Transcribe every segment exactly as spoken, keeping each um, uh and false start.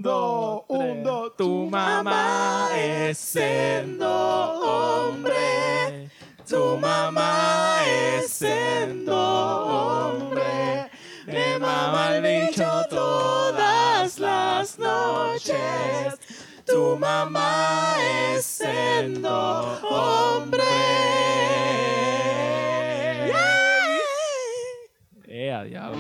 dos, un, dos. Tu mamá es sendo hombre. Tu mamá es sendo hombre. Me mama el bicho todas las noches. Tu mamá es sendo hombre. ¡Eh, a diablo!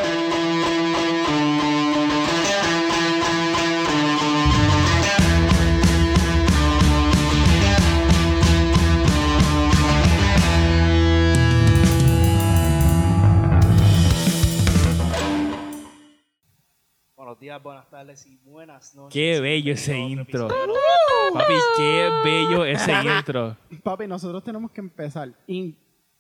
Buenos días, buenas tardes y buenas noches. ¡Qué bello ese Bienvenido a otro intro! episodio. Papi, qué bello ese intro. Papi, nosotros tenemos que empezar. Y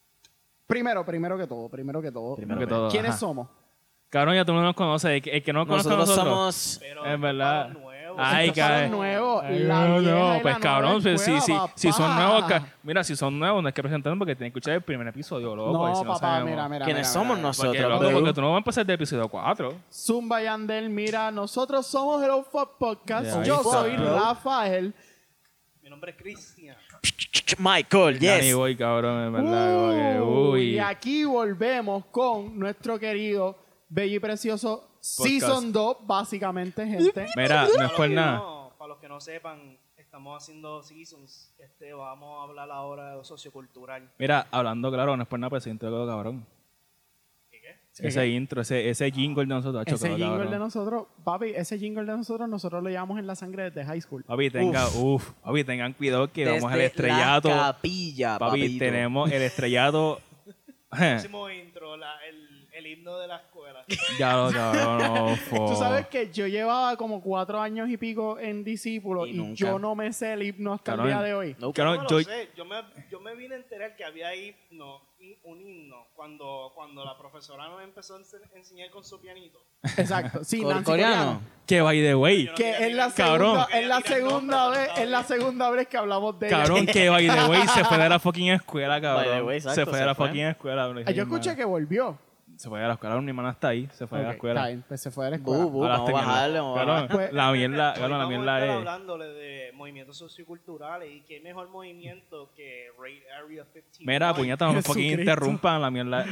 primero, primero que todo, primero que todo. Primero que todo. ¿Quiénes ajá. somos? Cabrón, ya tú no nos conoces. El que, el que no nos conoce a Nosotros nosotros. somos... Pero Es verdad. para los nuevos. Ay, Estos son cabrón. los nuevos. Ay, La no, vieja no, y pues la cabrón, nueva pues, si, escuela, si, si son papá. nuevos, ca- mira, si son nuevos, no hay que presentarnos porque tienen que escuchar el primer episodio, loco. y No, si papá, sabemos. mira, mira. ¿Quiénes mira, somos mira. nosotros? Porque, loco, bro? porque tú no vas a empezar del episodio cuatro. Zumba Yandel, mira, nosotros somos Hello Fuck Podcast. Yeah, Yo ahí soy está, bro. Rafael. Mi nombre es Cristian. Michael, Danny yes. Boy, cabrón, es verdad. como que, Uh, uy. Y aquí volvemos con nuestro querido, bello y precioso Season dos, básicamente, gente. Mira, no es Para por los que nada. no- para los que no sepan, estamos haciendo seasons. Este, vamos a hablar ahora de lo sociocultural. Mira, hablando claro, no es por nada, pero siento que cabrón. ¿Qué qué? Ese intro, ese, ese jingle de nosotros, ha Ese chocado, jingle cabrón. de nosotros, papi, ese jingle de nosotros, nosotros lo llevamos en la sangre desde high school. Papi, tenga, uff, papi, tengan cuidado que vamos al Desde estrellato. la capilla, Papi, papito. tenemos el estrellato. Próximo intro, la- el, el himno de la escuela. Ya lo cabrón, no, fo. Tú sabes que yo llevaba como cuatro años y pico en discípulo Y y, nunca. yo no me sé el himno hasta Cabrón. el día de hoy. Nope. Cabrón, Yo no yo- lo sé. Yo me, yo me vine a enterar que había himno, hi- un himno cuando, cuando la profesora nos empezó a ense- enseñar con su pianito. Exacto, sí, Cor- Nancy coreano. Coreano. Que by the way. Yo no Que quería es la tirar- Cabrón. segunda, es la Quería tirar segunda nombres, vez, pero es la está bien. segunda vez que hablamos de ella. Cabrón, que by the way se fue de la fucking escuela, cabrón. By the way, exacto, se fue de se la fue. fucking escuela. bro. Ah, Yo escuché que volvió. Se fue de la escuela, mi hermana está ahí, se fue de la Ok, escuela. está bien, pues se fue de la escuela. Bu, bu, Ahora vamos a está en el- bajarle, vamos a Cabrón, bajarle. Pues- la mierda, Hoy cabrón, la vamos a mierda estar es. hablándole de movimientos socioculturales y qué mejor movimiento que Raid Area cincuenta. Mira, puñeta, no me fucking Jesucristo. interrumpan la mierda.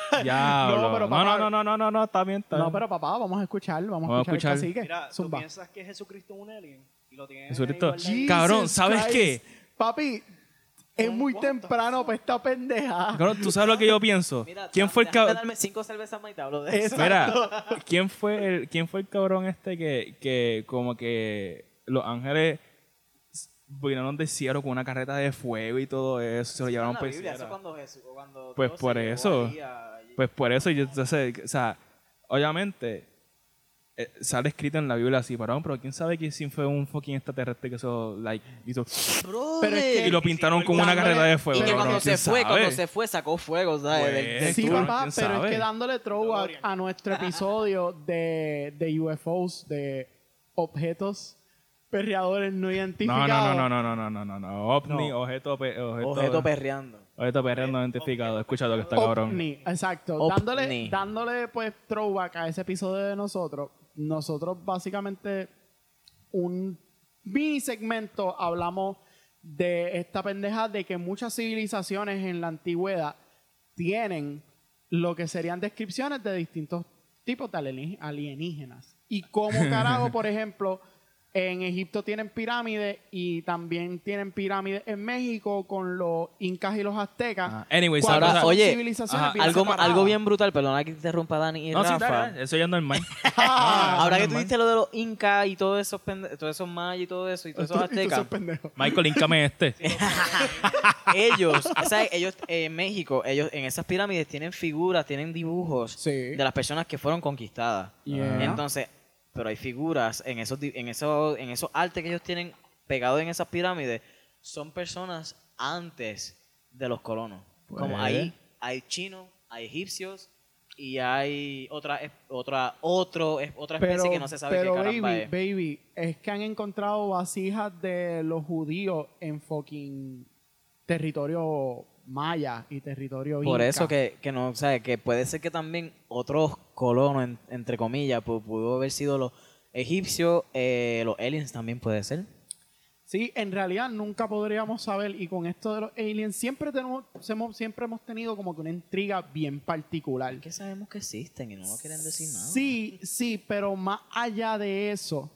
Ya, No, no, pero no, papá- no, no, no, no, no, está bien, está No, bien. pero papá, vamos a escuchar, vamos, Vamos a a escuchar, escuchar. el cacique. Mira, ¿tú Zumba. piensas que Jesucristo es un alien? Y lo tienen Jesucristo. ahí guardadito. Cabrón, Jesus ¿sabes Christ. qué? Papi, es muy What the temprano fuck? para esta pendeja. Cabrón, ¿tú sabes lo que yo pienso? Mira, ¿Quién fue el déjame cabrón? darme cinco cervezas más y te hablo de eso. Mira, ¿quién fue el, quién fue el cabrón este que, que como que Los Ángeles vinieron del cielo con una carreta de fuego y todo eso, se lo llevaron En la por Biblia, eso Sierra? cuando Jesús, cuando Pues Dios por se llevó eso. ahí a- Pues por eso yo entonces, o sea, obviamente eh, sale escrito en la Biblia así, perdón, pero quién sabe que si fue un fucking extraterrestre que eso like hizo Brother. Pero es que- y lo pintaron con una dándole- carreta de fuego. Y que cabrón, cuando se ¿quién fue, sabe? cuando se fue, sacó fuego, ¿sabes? Pues, Del- del Sí, tú, tour. papá, ¿quién pero sabe? es que dándole throwback DeLorean. a nuestro episodio de, de U F Os, de objetos perreadores no No, identificados. no, no, no, no, no, no, no, no, ovni, No. objeto, pe- objeto, Objeto perreando. objeto perreo no identificado. Escucha lo que está cabrón. OVNI, exacto. OVNI. Dándole, dándole pues throwback a ese episodio de nosotros, nosotros básicamente un mini segmento hablamos de esta pendeja de que muchas civilizaciones en la antigüedad tienen lo que serían descripciones de distintos tipos de alien- alienígenas. Y como carajo, por ejemplo, en Egipto tienen pirámides y también tienen pirámides en México con los incas y los aztecas. Ah, anyways, Cuando ahora, son oye, civilizaciones ajá, bien Algo, separadas. algo bien brutal, perdona que te interrumpa Dani y No, sí, Rafa. dale, dale, eso ya es normal. Ah, Ahora que normal. tú dijiste lo de los incas y todos esos, pende- todos esos mayas y todo eso, y todos esos tú- y tú aztecas, sos pendejo. Michael, íncame este. ellos, o sea, ellos eh, en México, ellos en esas pirámides tienen figuras, tienen dibujos Sí. de las personas que fueron conquistadas. Yeah. Entonces, pero hay figuras en esos, di- en esos, en esos artes que ellos tienen pegados en esas pirámides, son personas antes de los colonos. Como Pues. ahí hay chinos, hay egipcios y hay otra, es- otra, otro, es- otra especie que no se sabe pero qué caramba baby, es. baby, es que han encontrado vasijas de los judíos en fucking territorio maya y territorio Por inca. eso que, que no, o sea, que puede ser que también otros colonos, en- entre comillas, pu- pudo haber sido los egipcio, eh, los aliens también puede ser. Sí, en realidad nunca podríamos saber, y con esto de los aliens siempre tenemos, hemos- siempre hemos tenido como que una intriga bien particular. Es que sabemos que existen y no nos quieren decir nada. Sí, sí, pero más allá de eso,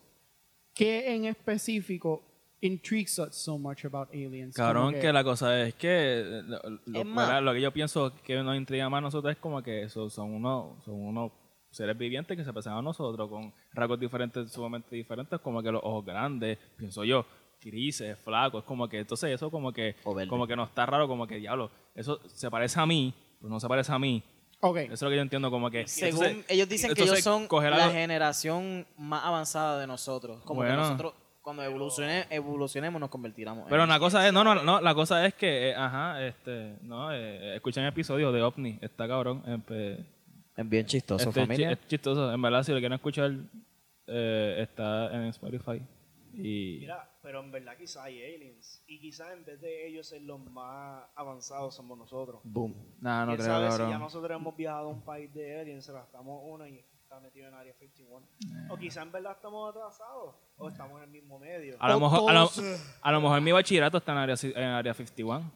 ¿qué en específico intrigues us so much about aliens? Cabrón, Como que... la cosa es que eh, lo, lo- Es más- ¿verdad? Lo que yo pienso que nos intriga más a nosotros es como que eso, son unos son unos seres vivientes que se parecen a nosotros con rasgos diferentes, sumamente diferentes, como que los ojos grandes, pienso yo, grises, flacos, como que entonces eso como que O verde. como que no está raro, como que diablo, eso se parece a mí, pero no se parece a mí. Ok, Eso es lo que yo entiendo como que Según entonces- ellos dicen que entonces ellos son coger la algo- generación más avanzada de nosotros. Como Bueno. que nosotros, cuando evolucione- evolucionemos, nos convertiremos Pero en la cosa es, no, no, no, la cosa es que, eh, ajá, este, no, eh, escuchen el episodio de OVNI, está cabrón, eh, Es bien chistoso, este, familia. chi- es chistoso, en verdad, si lo quieren escuchar, eh, está en Spotify. Y Mira, pero en verdad quizás hay aliens. Y quizás en vez de ellos ser los más avanzados somos nosotros. Boom. nada, no ¿Quién creo, sabe si cabrón. ya nosotros hemos viajado a un país de aliens, se gastamos uno y está metido en Área cincuenta y uno? O quizás en verdad estamos atrasados. O estamos en el mismo medio. A lo, O mejor, a, lo, todos- a lo mejor mi bachillerato está en área, ci- en área cincuenta y uno.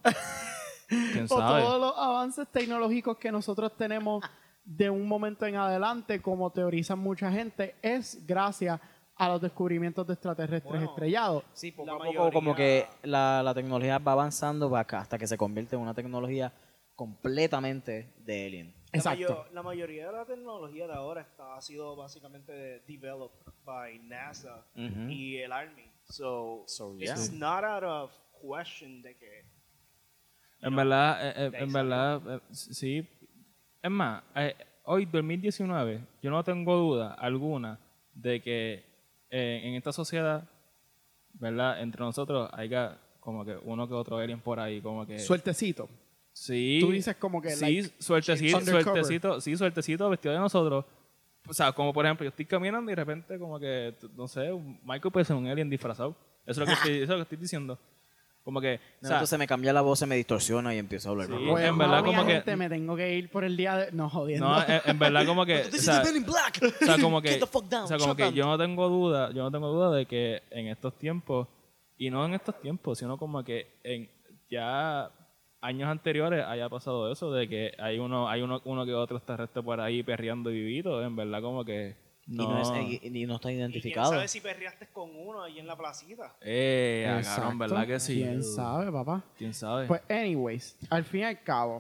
¿Quién o sabe? todos los avances tecnológicos que nosotros tenemos de un momento en adelante, como teorizan mucha gente, es gracias a los descubrimientos de extraterrestres Bueno, estrellados. Sí, poco La a poco mayoría- como que la, la tecnología va avanzando va acá hasta que se convierte en una tecnología completamente de alien. La, Exacto. mayo- la mayoría de la tecnología de ahora está, ha sido básicamente developed by NASA Ujú. y el Army. So, So, it's yeah. not out of question de que... you En know, verdad, eh, eh, de ahí en salió. verdad, eh, sí. Es más, eh, hoy, dos mil diecinueve, yo no tengo duda alguna de que eh, en esta sociedad, ¿verdad? Entre nosotros haya como que uno que otro alien por ahí, como que... Sueltecito. Sí. Tú dices como que, Sí, like, suertecito, undercover. suertecito, sí, suertecito vestido de nosotros. O sea, como por ejemplo, yo estoy caminando y de repente como que, t- no sé, un- Michael puede ser un alien disfrazado. Eso es lo que estoy, eso es lo que estoy diciendo. Como que, o sea, Entonces me cambia la voz, se me distorsiona y empiezo a hablar. Sí. Pues, en verdad, mami, como que- gente, me tengo que ir por el día de... No, jodiendo. no, en, en verdad como que, o sea, o sea, como que, Get the fuck down, o sea, como shut que down. yo no tengo duda, yo no tengo duda de que en estos tiempos, y no en estos tiempos, sino como que en ya años anteriores haya pasado eso, de que hay uno, hay uno, uno que otro extraterrestre por ahí perreando y vivito, en verdad como que no, Y, no es, y, y no está ¿Y quién identificado. sabe si perreaste con uno ahí en la placita? eh, ah, Exacto. cabrón, ¿verdad que sí? ¿Quién sabe, papá? ¿Quién sabe? Pues, anyways, al fin y al cabo,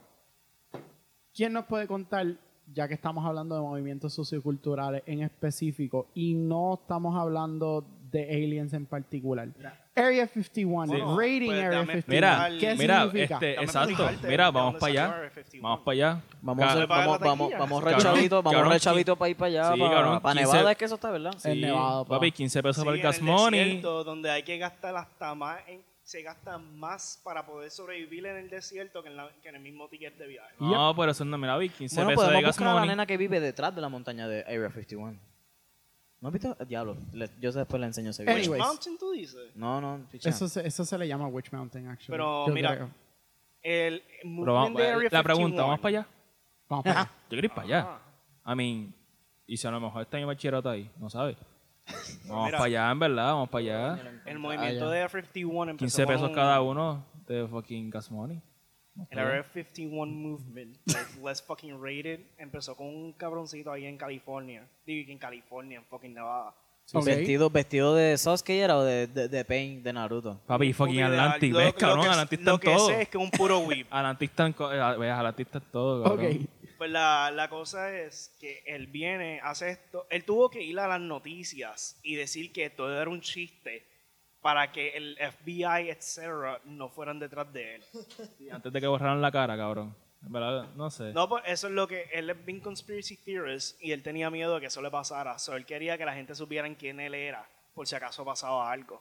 ¿quién nos puede contar, ya que estamos hablando de movimientos socioculturales en específico y no estamos hablando de aliens en particular? Area cincuenta y uno, Sí. rating Pues, Area dame cincuenta y uno. Mira, ¿Qué mira, significa? este, Dame exacto, explicarte mira, de vamos dónde para salió allá, Area cincuenta y uno. vamos para allá. Vamos a Ca- hacer, pagar vamos, la vamos, taquilla. vamos a Cabrón, chavito, vamos a cabrón, chavito para ir para allá, sí, para, cabrón, para quince Nevada, es que eso está, ¿verdad? En Nevada, pa. Papi, quince pesos Sí, para el en gas el money. desierto, donde hay que gastar hasta más, en- se gasta más para poder sobrevivir en el desierto que en, la- que en el mismo ticket de viaje. No, por eso no, mira, vi quince Bueno, pesos de podemos gas buscar a la money. nena que vive detrás de la montaña de Area cincuenta y uno. ¿No has visto? Diablo, le- yo después le enseño ese video. Anyways. Mountain, tú dices. No, no, picha. Eso se, eso se le llama Witch Mountain, actually. Pero Yo mira, creo. El Pero movement vamos, de Area la cincuenta y pregunta, uno. ¿vamos para allá? Vamos para allá. Yo quiero ir para allá. Ah. I mean, y si a lo mejor está mi bachillerato ahí, no sabes. Vamos Mira. para allá, en verdad, vamos para allá. El movimiento Ah, ya. de Area cincuenta y uno empezó quince pesos con cada uno de fucking gas money. Vamos El para allá. Area cincuenta y uno movement, like, less fucking rated, empezó con un cabroncito ahí en California. Digo que en California, en fucking Nevada. Ok. Vestido, vestido de Sasuke era o de, de, de Pain de Naruto. Papi, fucking Porque la- Atlantic, lo- ¿ves, lo cabrón? que- Atlantic está Lo en que todo. sé es que es un puro whip. Atlantic está en, co- eh, ves, Atlantic está en todo, cabrón. Ok. Pues la, la cosa es que él viene, hace esto. Él tuvo que ir a las noticias y decir que todo era un chiste para que el F B I, etcétera, no fueran detrás de él. Sí, antes de que borraran la cara, cabrón. En verdad, no sé. No, pues eso es lo que él es bien conspiracy theorist y él tenía miedo de que eso le pasara. So, él quería que la gente supiera quién él era, por si acaso pasaba algo.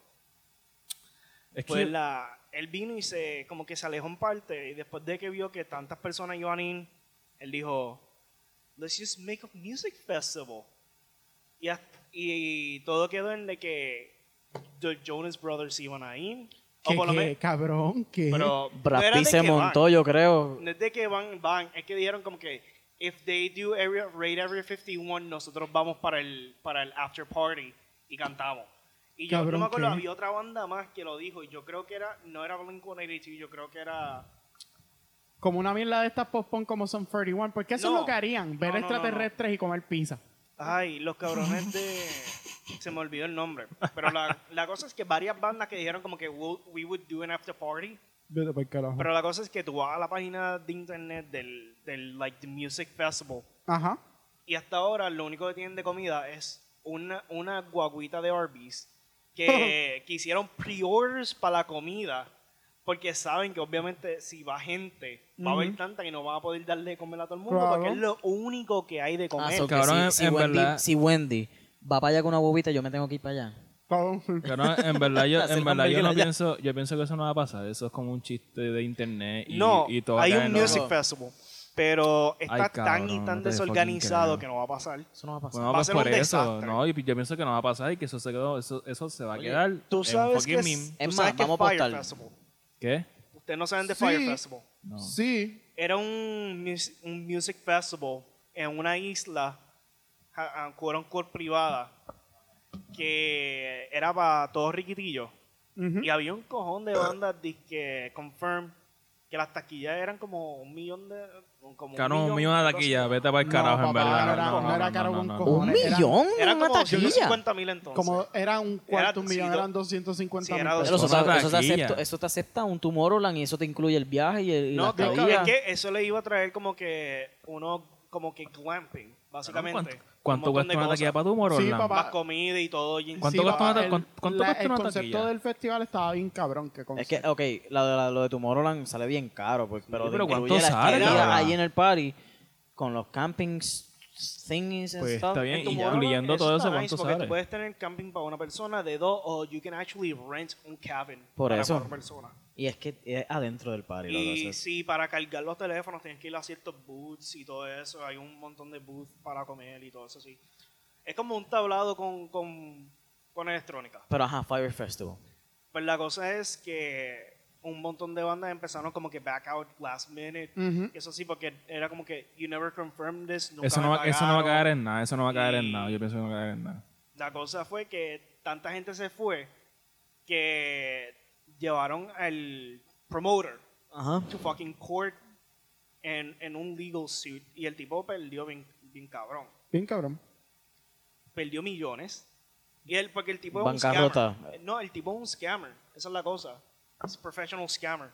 es Pues que, la, él vino y se como que se alejó en parte y después de que vio que tantas personas iban a ir, él dijo, let's just make a music festival. Y, hasta- y todo quedó en de que The Jonas Brothers iban a ir. O ¿Qué, por lo qué, menos, cabrón? ¿Qué? pero Brad no era Pitt de se que van. montó, yo creo. No es de que van, van, es que dijeron como que if they do area, Raid Area cincuenta y uno, nosotros vamos para el, para el after party y cantamos. Y yo Cabrón, no me acuerdo, ¿qué? había otra banda más que lo dijo. Y yo creo que era, no era Blink ciento ochenta y dos, yo creo que era... Como una mierda de estas pop-punk como son treinta y uno. Porque eso No. es lo que harían. Ver No, no, no, no. extraterrestres y comer pizza. Ay, los cabrones de... Se me olvidó el nombre. Pero la, la cosa es que varias bandas que dijeron como que "We'll- we would do an after party. Vete pa'l carajo. Pero la cosa es que tú vas a la página de internet del, del like, the Music Festival. Ajá. Y hasta ahora lo único que tienen de comida es una, una guaguita de Arby's que, que hicieron pre-orders para la comida porque saben que obviamente si va gente va a haber tanta que no van a poder darle de comer a todo el mundo Claro. porque es lo único que hay de Ah, comer. so que Cabrón, si, en- si en Wendy, verdad- si Wendy va para allá con una bobita, yo me tengo que ir para allá. Cabrón. Cabrón, en verdad yo, Hacer en verdad yo hamburguesa no allá. pienso, yo pienso que eso no va a pasar. Eso es como un chiste de internet y, no, y todo hay acá un en- Music Festival, pero está Ay, tan cabrón, y tan no te desorganizado fucking que no va a pasar. Eso no va a pasar. Bueno, Va a pues ser por un eso, desastre. no, y yo pienso que no va a pasar y que eso se quedó, eso, eso se va a Oye, quedar Tú en sabes fucking que es, meme. tú Es sabes más, que es vamos a Fire apostar. Festival. ¿Qué? Ustedes no saben de Sí. Fire Festival. No. Sí. Era un, mus- un music festival en una isla, a- a- quote unquote, privada, que era para todos riquitillos. Ujú. Y había un cojón de bandas que confirm que las taquillas eran como un millón de... Como Cabrón, un millón de algo taquillas, así. vete para el No, carajo, en papá, verdad. no era- No, no era no, caro no, con no, no. cojones. ¿Un Eran- millón? Eran ¿Una como taquilla? ciento cincuenta mil entonces. Como era un cuarto Era- millón, sí, do- eran doscientos cincuenta sí, mil era pesos. Pero eso, Una te- eso te taquilla. acepta, eso te acepta un Tomorrowland y eso te incluye el viaje y, el, y No, la que- estadía. es que eso le iba a traer como que uno, como que glamping, básicamente. ¿Cuánto, Un cuánto montón cuesta de una cosas. taquilla para tu moro? Sí, papá. Más comida y todo. y ¿Cuánto Sí, cuesta papá, una- el- cuánto- cuánto la- cuesta el una concepto taquilla? del festival estaba bien cabrón. Que Es concepto. que, ok, la de la- lo de Tomorrowland sale bien caro, pues, pero, pero te ¿cuánto incluye la sale, estadía cabrón? ahí en el party con los campings, thingies and Pues stuff. está bien, En y Tomorrowland incluyendo todo está eso, nice ¿cuánto porque sale? tú puedes tener camping para una persona de dos o you can actually rent un cabin Por para eso. cuatro personas. Y es que es adentro del party. loco, Y eso es- sí, para cargar los teléfonos tienes que ir a ciertos booths y todo eso. Hay un montón de booths para comer y todo eso, sí. Es como un tablado con, con, con electrónica. Pero ajá, Fire Festival. Pues la cosa es que un montón de bandas empezaron como que back out last minute. Ujú. Eso sí, porque era como que you never confirmed this, nunca Eso me no, va, eso no va a pagaron. caer en nada, eso no va a caer en Y- nada. Yo pienso que no va a caer en nada. La cosa fue que tanta gente se fue que llevaron al promoter Ajá. to fucking court en, en un legal suit y el tipo perdió bien, bien cabrón. Bien cabrón. Perdió millones. Y él, porque el tipo es Bancarrota. un scammer. No, el tipo es un scammer. Esa es la cosa. Es un professional scammer.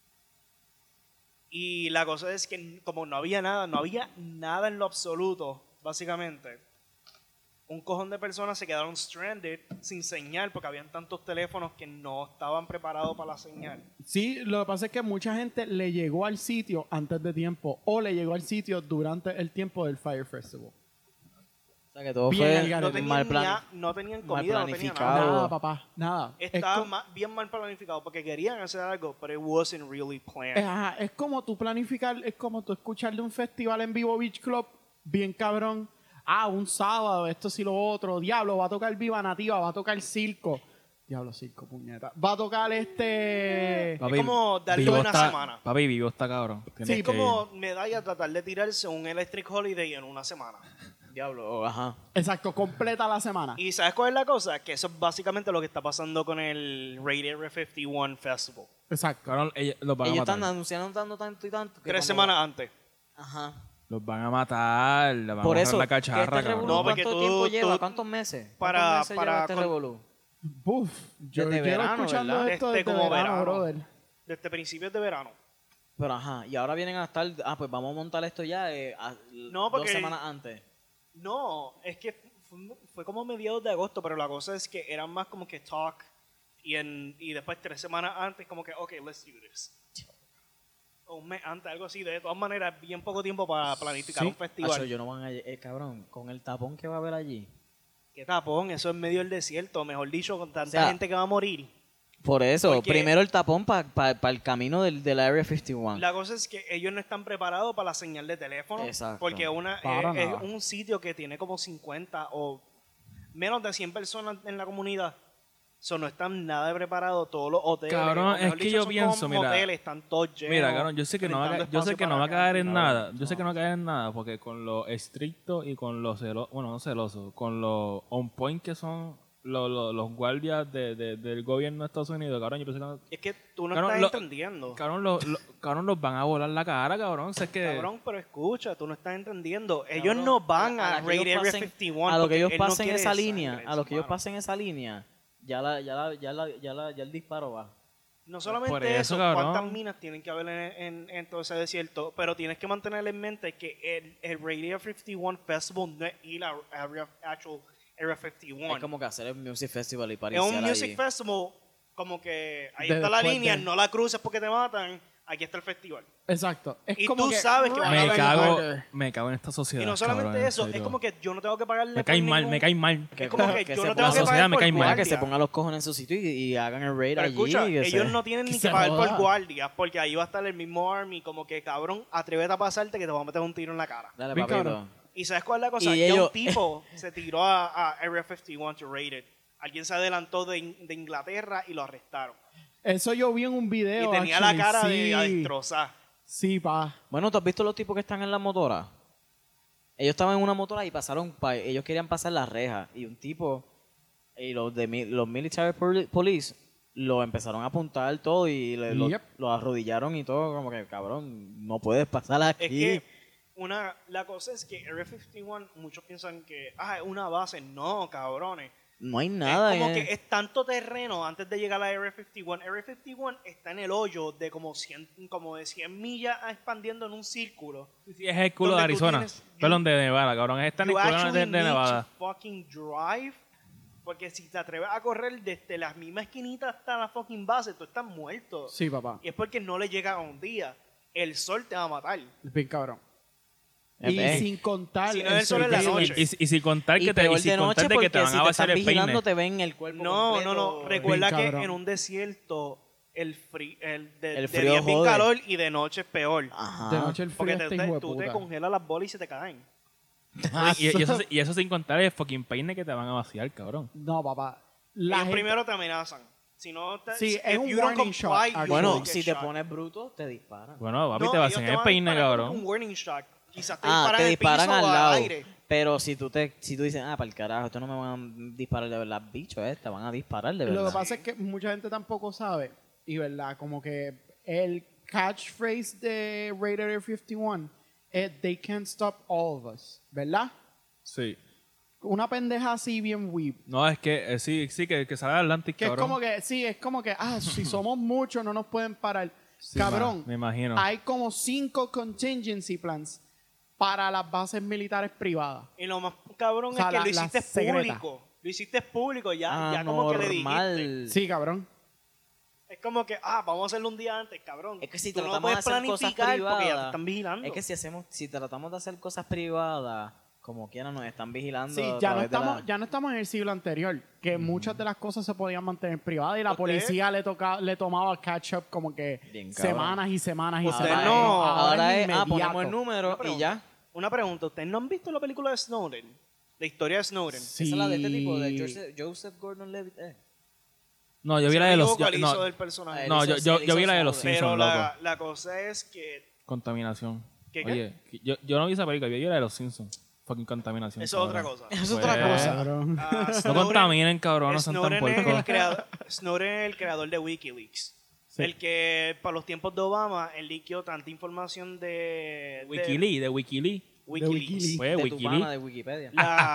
Y la cosa es que como no había nada, no había nada en lo absoluto, básicamente. Un cojón de personas se quedaron stranded sin señal porque habían tantos teléfonos que no estaban preparados para la señal. Sí, lo que pasa es que mucha gente le llegó al sitio antes de tiempo o le llegó al sitio durante el tiempo del Fire Festival. O sea que todo Bien al fue garete. No tenían, mal, plan- ni a- no tenían mal comida, no tenían planificado. nada. Nada, papá, nada. Es Estaba co- ma- bien mal planificado porque querían hacer algo, pero it wasn't really planned. es, ajá, es como tú planificar, es como tú escuchar de un festival en vivo Beach Club, bien cabrón. Ah, un sábado, esto sí lo otro. Diablo, va a tocar Viva Nativa, va a tocar Circo. Diablo, Circo, puñeta. Va a tocar este... Papi, como darle Vivo una está- semana. Papi, vivo está cabrón. Tienes Sí, que como medalla tratar de tirarse un Electric Holiday en una semana. Diablo, ajá. Exacto, completa la semana. ¿Y sabes cuál es la cosa? Que eso es básicamente lo que está pasando con el Rated R cincuenta y uno Festival. Exacto. Cabrón, ellos los van Ellos a matar. están anunciando tanto, tanto y tanto. que Tres cuando- semanas antes. Ajá. Los van a matar. Le van Por a eso, la que cacharra, este cabrón. revolú, No, porque ¿cuánto tú- tiempo lleva? tú- ¿Cuántos meses? para- ¿Cuántos meses para lleva este con- revolú? Uf, yo Desde llevo verano, escuchando ¿verdad? esto Desde desde como verano, verano. brother. Desde principios de verano. Pero ajá, y ahora vienen a estar, ah, pues vamos a montar esto ya eh, a- No, dos porque- semanas antes. No, es que fue, fue como mediados de agosto, pero la cosa es que eran más como que talk y, en, y después tres semanas antes como que, ok, let's do this. O un mes antes, algo así. De todas maneras, bien poco tiempo para planificar Sí. un festival. Acho, yo no van a, eh, cabrón, con el tapón que va a haber allí. ¿Qué tapón? Eso es medio del desierto. Mejor dicho, con tanta O sea, gente que va a morir. Por eso, Porque- primero el tapón para el camino del, del Area cincuenta y uno. La cosa es que ellos no están preparados para la señal de teléfono. Exacto. Porque una, Para es, es nada. un sitio que tiene como cincuenta o menos de cien personas en la comunidad. So, no están nada preparados todos los hoteles. Cabrón, o mejor es que dicho, yo son pienso, como mira, hoteles, están todos llenos. Mira, cabrón, yo sé que no va a, rentando ca- yo sé espacio que no para va a caer en camping. nada. Yo sé que no va a caer en nada porque con lo estricto y con lo celoso, bueno, no celoso, con lo on point que son los, los, los guardias de, de, del gobierno de Estados Unidos, cabrón, yo pensé que... Es que tú no Cabrón, estás lo- entendiendo. Cabrón, los, los, cabrón, los van a volar la cara, cabrón. O sea, es que... Cabrón, pero escucha, tú no estás entendiendo. Ellos Cabrón, no van a- a, a la que raid ellos Area pasen- cincuenta y uno. A lo que porque ellos él no pasen quiere esa sangre línea, en a su lo que ellos mano. pasen esa línea, ya la, ya la, ya la, ya la, ya el disparo va. No solamente Por eso, eso, cabrón. cuántas minas tienen que haber en, en, en todo ese desierto, pero tienes que mantener en mente que el, el Radio cincuenta y uno Festival no es ir a Area, actual Area cincuenta y uno. Es como que hacer el Music Festival y Es pariciar un Music ahí. Festival, como que ahí De está la después línea, de- no la cruces porque te matan, aquí está el festival. Exacto. Es Y como tú que, sabes que van a Me haber cago, harder. me cago en esta sociedad, Y no solamente cabrón, en eso, es serio. como que yo no tengo que pagarle Me por cae mal, ningún- me cae mal. Es como que, que yo se no ponga- tengo la que sociedad pagar me por cae mal. Que se guardia. pongan los cojones en su sitio y, y hagan el raid Pero allí. escucha, que se- ellos no tienen que ni se que pagar por joda. guardias, porque ahí va a estar el mismo Army, como que cabrón, atrévete a pasarte que te voy a meter un tiro en la cara. Dale, Bien, papito. cabrón. Y ¿sabes cuál es la cosa? Y Ya ellos- un tipo se tiró a, a Area cincuenta y uno to raid it. Alguien se adelantó de, In- de Inglaterra y lo arrestaron. Eso yo vi en un video. y tenía actually, la cara sí. de a destrozar. Sí, pa. Bueno, ¿tú has visto los tipos que están en la motora? Ellos estaban en una motora y pasaron, pa- ellos querían pasar la reja y un tipo y los de mi- los military poli- police lo empezaron a apuntar todo y le- lo, Yep. lo arrodillaron y todo, como que cabrón, no puedes pasar aquí. Es que una, la cosa es que Area cincuenta y uno, muchos piensan que ah, es una base. No, cabrones. no hay nada. es como eh. que es tanto terreno antes de llegar a Area cincuenta y uno. Area cincuenta y uno está en el hoyo de como cien, como de cien millas expandiendo en un círculo. Sí, sí, es el culo de Donde tú Arizona. tienes- Perdón, de Nevada, cabrón. Es tan el You culo de, actually de need Nevada. to fucking drive. Porque si te atreves a correr desde las mismas esquinitas hasta la fucking base, tú estás muerto. Sí, papá. Y es porque no le llega a un día. El sol te va a matar. Bien cabrón. Eh, Y eh. sin contar Si no es el sol en la surveillance. noche. Y, y, y sin contar Y que te, peor y sin de noche contar de que te porque van si a te vaciar están el vigilando peine. te ven el cuerpo No, completo. no, no. Recuerda Bien que cabrón. en un desierto el, fri el, de, El de frío día es bien jode. calor y de noche es peor. Ajá. De noche el frío Porque te, está te- hijo de tú te puta. congelas las bolas y se te caen. y, y eso, y eso sin contar el fucking peine que te van a vaciar, cabrón. No, papá. Ellos La gente- primero te amenazan. Si no te, Sí, if es un you don't warning comply, shot, you actually. Bueno, will get si te shot. pones bruto, te disparan. Bueno, papi, No, te ellos vacian te el van a peine, disparar con cabrón. Un warning shot. Quizás te Ah, disparan te al disparan piso al o lado. aire. Pero si tú te si tú dices, ah, para el carajo, esto no me van a disparar de verdad, bicho, eh, te van a disparar de verdad. Lo que pasa es que mucha gente tampoco sabe, y verdad, como que el catchphrase de Rated Area cincuenta y uno es They can't stop all of us, ¿verdad? Sí. Una pendeja así bien weep. No, es que eh, sí, sí, que, que sale adelante, Que cabrón. es como que, sí, es como que, ah, si somos muchos no nos pueden parar. Sí, Cabrón, ma- me imagino. hay como cinco contingency plans para las bases militares privadas. Y lo más cabrón O sea, es que la- lo la hiciste secreta. público. Lo hiciste público, ya, ya como que le dijiste. Normal. Sí, cabrón. Es como que, ah, vamos a hacerlo un día antes, cabrón. Es que si Tú no tratamos de puedes hacer cosas planificar porque ya te privadas, están vigilando. es que si hacemos, si tratamos de hacer cosas privadas, como quiera nos están vigilando. Sí, a ya no, través de estamos, la- ya no estamos en el siglo anterior, que muchas de las cosas se podían mantener privadas y la Usted- policía le toca, le tomaba catch up como que Bien cabrón. semanas y semanas y Usted semanas. no- Ahora es, ah, inmediato. ponemos el número Una y pregunta. ya. Una pregunta, ¿ustedes no han visto la película de Snowden? La historia de Snowden. Sí. Esa es la de este tipo, de Joseph, Joseph Gordon-Levitt. Eh. No, yo vi Si la no de me los... equivoco, yo- él no, hizo del personaje. Él no, hizo- yo, yo, él yo vi hizo la de los Snowden. Pero Simpsons, la, loco. la cosa es que Contaminación. ¿Qué, qué? Oye, que yo, yo no vi esa película, yo vi la de los Simpsons. Fucking contaminación. eso es otra cabrón. cosa. Eso es Pues, otra cosa. Cabrón. Ah, No Snowden- contaminen, cabrón, no sean tan Snowden es, el puercos. creador, Snowden es el creador de Wikileaks. Sí. El que para los tiempos de Obama, él liqueó tanta información de... de Wikileaks, de Wikileaks. Wikileaks. Wikileaks. Pues, de tu Wikileaks. pana de Wikipedia.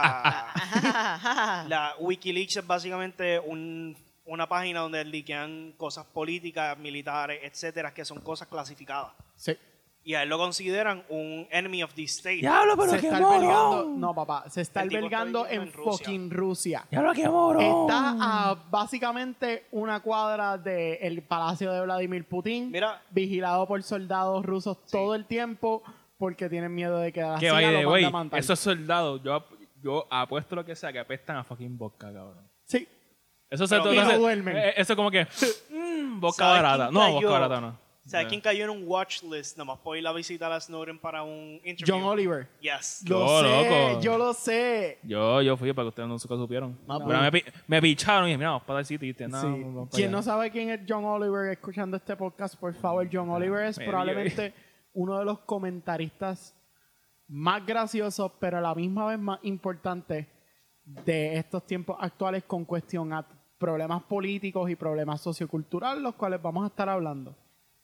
La, la Wikileaks es básicamente un- una página donde liquean cosas políticas, militares, etcétera, que son cosas clasificadas. Sí. Y a él lo consideran un enemy of the state. Diablo, pero Se qué está morón. albergando, no papá, se está El tipo está albergando viviendo en, en Rusia. fucking Rusia. Diablo, qué morón. Está a básicamente una cuadra del palacio de Vladimir Putin, Mira. vigilado por soldados rusos todo el tiempo porque tienen miedo de que la Que C I A vaya lo de mande güey, a matar. esos soldados, yo, ap- yo apuesto lo que sea, que apestan a fucking vodka, cabrón. Sí, Eso se Pero- toca y no hacer- duermen. eh, Eso como que, mmm, vodka ¿Sabes barata. quién No, cayó? vodka barata no. ¿Sabes Eh. quién cayó en un watch list nomás por ir a visitar a Snowden para un interview? John Oliver. Yes. Lo Yo, sé, loco. yo lo sé. Yo, yo fui para que ustedes no se supieron. No, Pero me, pi- me picharon y dije, mira, vamos para el sitio. Y dije, no, Sí. vamos para Quien allá. no sabe quién es John Oliver escuchando este podcast, por favor, John Oliver es me probablemente uno de los comentaristas más graciosos, pero a la misma vez más importantes de estos tiempos actuales con cuestión a problemas políticos y problemas socioculturales, los cuales vamos a estar hablando.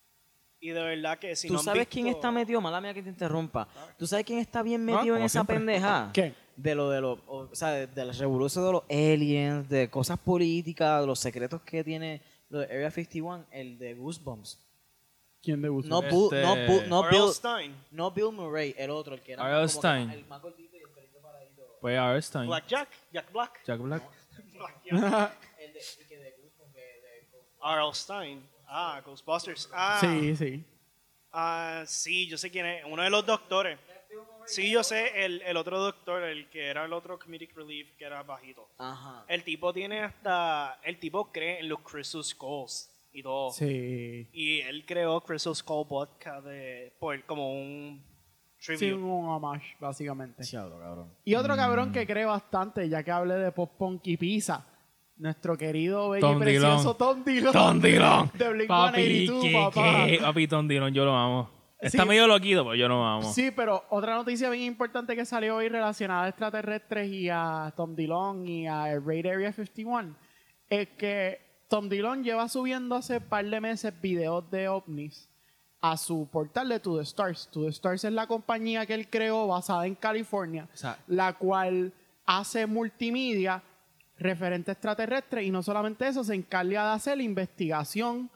Y de verdad que si ¿Tú no han sabes visto- quién está metido? Mala mía que te interrumpa. ¿Tú sabes quién está bien metido en como esa siempre. pendeja? ¿Qué? De lo de los, o sea, de, de las revoluciones de los aliens, de cosas políticas, de los secretos que tiene lo de Area cincuenta y uno, el de Goosebumps. ¿Quién de gusto? No, Bu- Este- no, Bu- no R L. Bill, Stein, no Bill Murray, el otro, el que era R L. más como que Stein. más- el más gordito y el pelito paradito. Pues Arstein, Black Jack, Jack Black. Jack Black. Black Jack. El de, el que de Goosebumps, de, de- R L. Stein. Ah, Ghostbusters. Ah, Sí, sí. ah, sí, yo sé quién es. Uno de los doctores. Sí, yo sé el, el otro doctor, el que era el otro comedic relief, que era bajito. Ajá. El tipo tiene hasta... El tipo cree en los Crystal Skulls y todo. Sí. Y él creó Crystal Skull Vodka de, por, como un Sí, tribute. un homage, básicamente. Diablo, cabrón. Y otro cabrón que cree bastante, ya que hablé de Pop Punk y Pizza, nuestro querido, bello Tom y precioso Dillon. Tom Dillon. Tom Dillon. De Blink Papi, ciento ochenta y dos, ¿qué, papá. qué? Papi, Tom Dillon, yo lo amo. Está Sí. medio loquito, pero yo lo amo. Sí, pero otra noticia bien importante que salió hoy relacionada a extraterrestres y a Tom Dillon y a Raid Area cincuenta y uno es que Tom Dillon lleva subiendo hace par de meses videos de ovnis a su portal de To The Stars. To The Stars es la compañía que él creó basada en California, O sea, la cual hace multimedia referente a extraterrestres y no solamente eso, se encarga de hacer investigación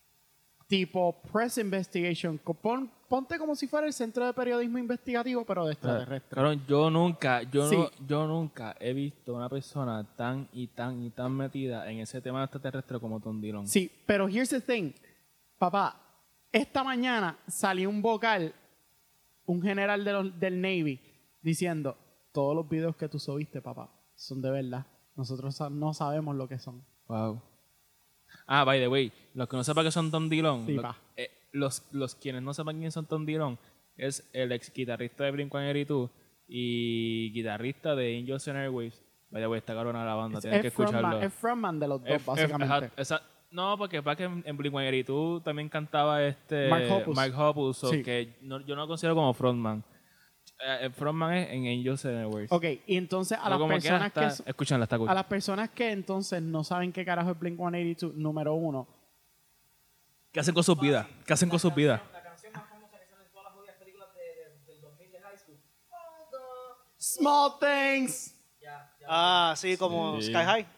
tipo press investigation. Pon- ponte como si fuera el centro de periodismo investigativo, pero de extraterrestres. cabrón, yo nunca, yo, Sí. no, yo nunca he visto una persona tan y tan y tan metida en ese tema extraterrestre como Tom Dillon. Sí, pero here's the thing. Papá, esta mañana salió un vocal, un general de los- del Navy, diciendo, todos los videos que tú subiste, papá, son de verdad. Nosotros sa- no sabemos lo que son. Wow. Ah, by the way, los que no sepan que son Tom Dillon, Sí, lo- pa. eh, los, los quienes no sepan quién son Tom Dillon, es el ex guitarrista de Blink ciento ochenta y dos y guitarrista de Angels and Airwaves. By the way, está cabrona la banda, tienen que Es frontman, escucharlo. es frontman de los dos, F- F- básicamente. ajá, esa- no, porque para que en, en Blink ciento ochenta y dos también cantaba este Mark Hoppus. Mark Hoppus, so Sí. que no- yo no lo considero como frontman. Eh, el frontman es en Angels and Airwaves. Ok, y entonces a Pero las como quiera personas está- que... so- escúchanla, está cool. A las personas que entonces no saben qué carajo es Blink ciento ochenta y dos, número uno, ¿Qué hacen con sus vidas? ¿Qué hacen con sus vidas? La canción más famosa que sale en todas las jodidas películas de, de- del dos mil de High School. All the- Small Things, Ya, ya. Ah, sí, como Sí. Sky High.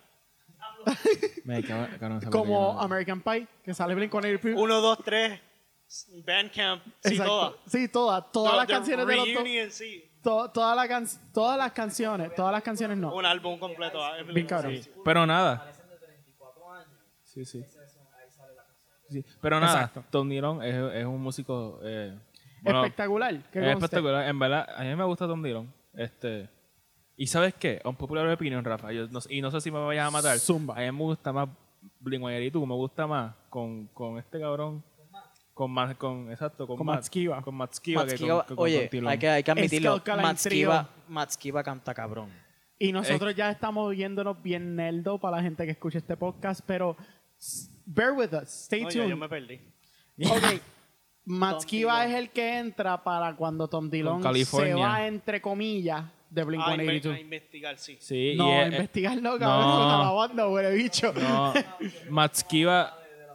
Me cago- cabrón, esa como película. American Pie, que sale Blink ciento ochenta y dos. Uno, dos, tres. Bandcamp. Sí, Exacto. todas. Sí, todas. Todas las canciones de los dos. Reunion, sí. to- toda la can- todas las canciones, todas las canciones no. Un álbum completo. ah, Bien cabrón. Sí, pero nada. Parecen de treinta y cuatro años. Sí, sí. Ese es un- ahí sale la canción. Sí, pero nada, Exacto. Tom Dillon es, es un músico eh, bueno, Espectacular. que es conste. espectacular. En verdad, a mí me gusta Tom Dillon. Este, y ¿sabes qué? Un popular opinion, Rafa. Yo no- y no sé si me vayas a matar. Zumba. A mí me gusta más Blink ciento ochenta y dos. Me gusta más con, con este cabrón. Con más, con, exacto, con, Con Matt- Matt Skiba. Con Matt Skiba Matt que Skiba- con, que con oye, Tom Dillon. hay que, hay que admitirlo. Skullcalane Matt Trio. Skiba, Matt Skiba canta cabrón. Y nosotros ya estamos yéndonos bien nerdo para la gente que escucha este podcast, pero s- bear with us, stay No, ya tuned. yo me perdí. Ok, Matt Tom Skiba Dillon. es el que entra para cuando Tom Dillon se California. va, entre comillas, de Blink Ah, ciento inve- ochenta y a dos. investigar, sí. Sí, No, y es- investigar no, no. cabrón, a la banda, huele bicho. No, Matt Skiba.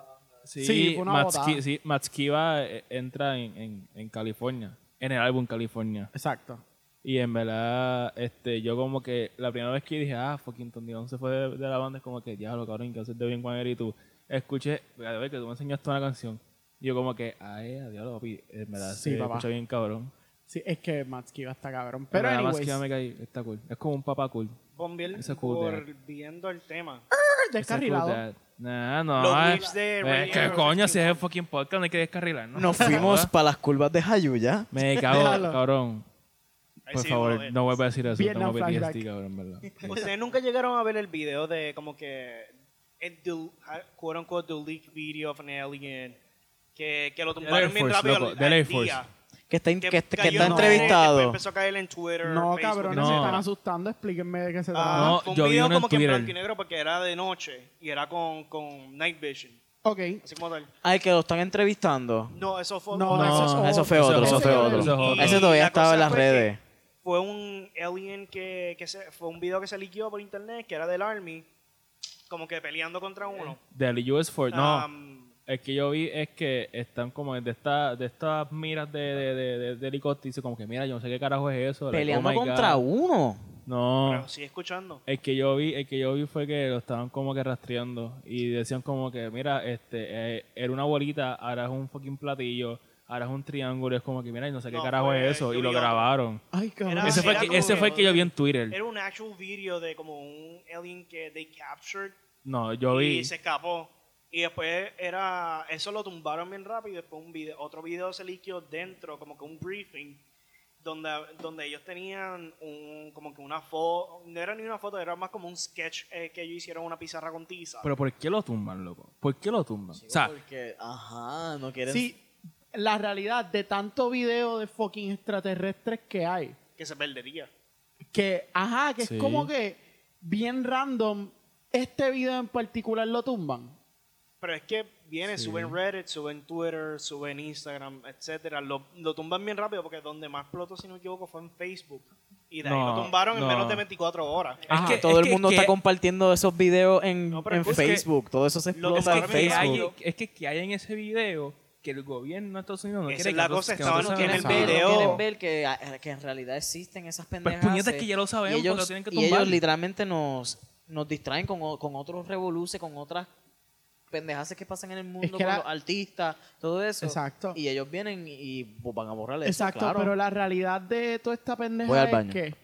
Sí, Sí, fue una Matt, botada. Ski- sí, Matt Skiba eh, entra en, en, en California, en el álbum California. Exacto. Y en verdad, este, yo como que la primera vez que dije, ah, fucking Tom Dillon se fue de, de la banda, es como que, diablo, cabrón, que haces de bien con él y tú. Escuché, a ver, que tú me enseñaste una canción. Y yo como que, ay, diablo, papi, en verdad, Sí, se papá. escucha bien cabrón. Sí, es que Matt Skiba está cabrón. Pero Pero nada más anyways, que me caí, está cool. Es como un papá cool. Bombiel, Ese cool por dad. viendo el tema. descarrilado. Esa cool dad. Nah, no. Los ay, riffs de eh, Radio ¿Qué coño? cincuenta y Si es uno. el fucking podcast, no hay que descarrilar, ¿no? Nos fuimos para las curvas de Jayuya. Me cago, Déjalo. cabrón. Ahí Por sí, favor, joder. no vuelvas a decir eso. Vietnam Tengo P T S D, flashback. cabrón, ¿verdad? Ustedes nunca llegaron a ver el video de como que el del- quote unquote the leak video of an alien que, que lo tumbaron Air bien Force, rápido loco, al, del al Air Force. día. Que está, in- que, que cayó está en no. Twitter, entrevistado. después empezó a caer en Twitter, No, Facebook, cabrones, no. se etcétera. están asustando. Explíquenme de qué se trata. Ah, No, fue un yo vi video uno en como que en Twitter. blanco y negro porque era de noche y era con, con night vision, Ok. así como tal. Ay, que lo están entrevistando. No, eso fue No, otro. eso es No, eso fue otro. otro, eso Ese fue yo lo otro. vi. Eso es otro. Ese todavía La estaba cosa en las fue que redes. fue un alien que, que se, fue un video que se liqueó por internet, que era del Army, como que peleando contra uno. Del U S Force, no. Um, El que yo vi es que están como de, esta, de estas miras de, de, de, de, de helicóptero. Dice como que, mira, yo no sé qué carajo es eso. like, Peleando oh my contra God. uno. No. pero sigue escuchando. El que yo vi, el que yo vi fue que lo estaban como que rastreando y decían como que, mira, este, eh, era una bolita, ahora es un fucking platillo, ahora es un triángulo, es como que, mira, yo no sé qué No, carajo fue- es eso, yo y lo vi otro. grabaron. Ay, cabrón. Era- ese fue, era el que, como ese que- fue el que yo vi en Twitter. Era un actual video de como un alien que they captured No, yo y vi. se escapó. Y después era, eso lo tumbaron bien rápido y después un video, otro video se liqueó dentro, como que un briefing, donde, donde ellos tenían un, como que una foto, no era ni una foto, era más como un sketch eh, que ellos hicieron en una pizarra con tiza. Pero ¿por qué lo tumban, loco? ¿Por qué lo tumban? O sea, Porque, ajá, no quieren... Sí, la realidad de tanto video de fucking extraterrestres que hay, que se perdería. que, ajá, que Sí. es como que bien random, este video en particular lo tumban. Pero es que viene, Sí. suben Reddit, suben Twitter, suben Instagram, etcétera. Lo, lo tumban bien rápido porque donde más explotó, si no me equivoco, fue en Facebook. Y de ahí No, lo tumbaron en no. menos de veinticuatro horas. Ajá, que- todo es el que- mundo que- está compartiendo esos videos en, No, pero en es que- Facebook. Todo eso se Lo que explota en pasa que Facebook. hay, Facebook. es que, que hay en ese video que el gobierno de Estados Unidos no Esa quiere es que la nosotros- cosa, que estaban- nosotros en el sabemos. video- No quieren ver que, ah, que en realidad existen esas Pues pendejas. puñetas que ya lo sabemos, y ellos, porque lo tienen que y tumbar. ellos literalmente nos, nos distraen con, o- con otros revoluces, con otras pendejas que pasan en el mundo, que con la- los artistas, todo eso. Exacto. Y ellos vienen y pues, van a borrar eso, Exacto, claro. pero la realidad de toda esta pendeja Voy al es baño. que...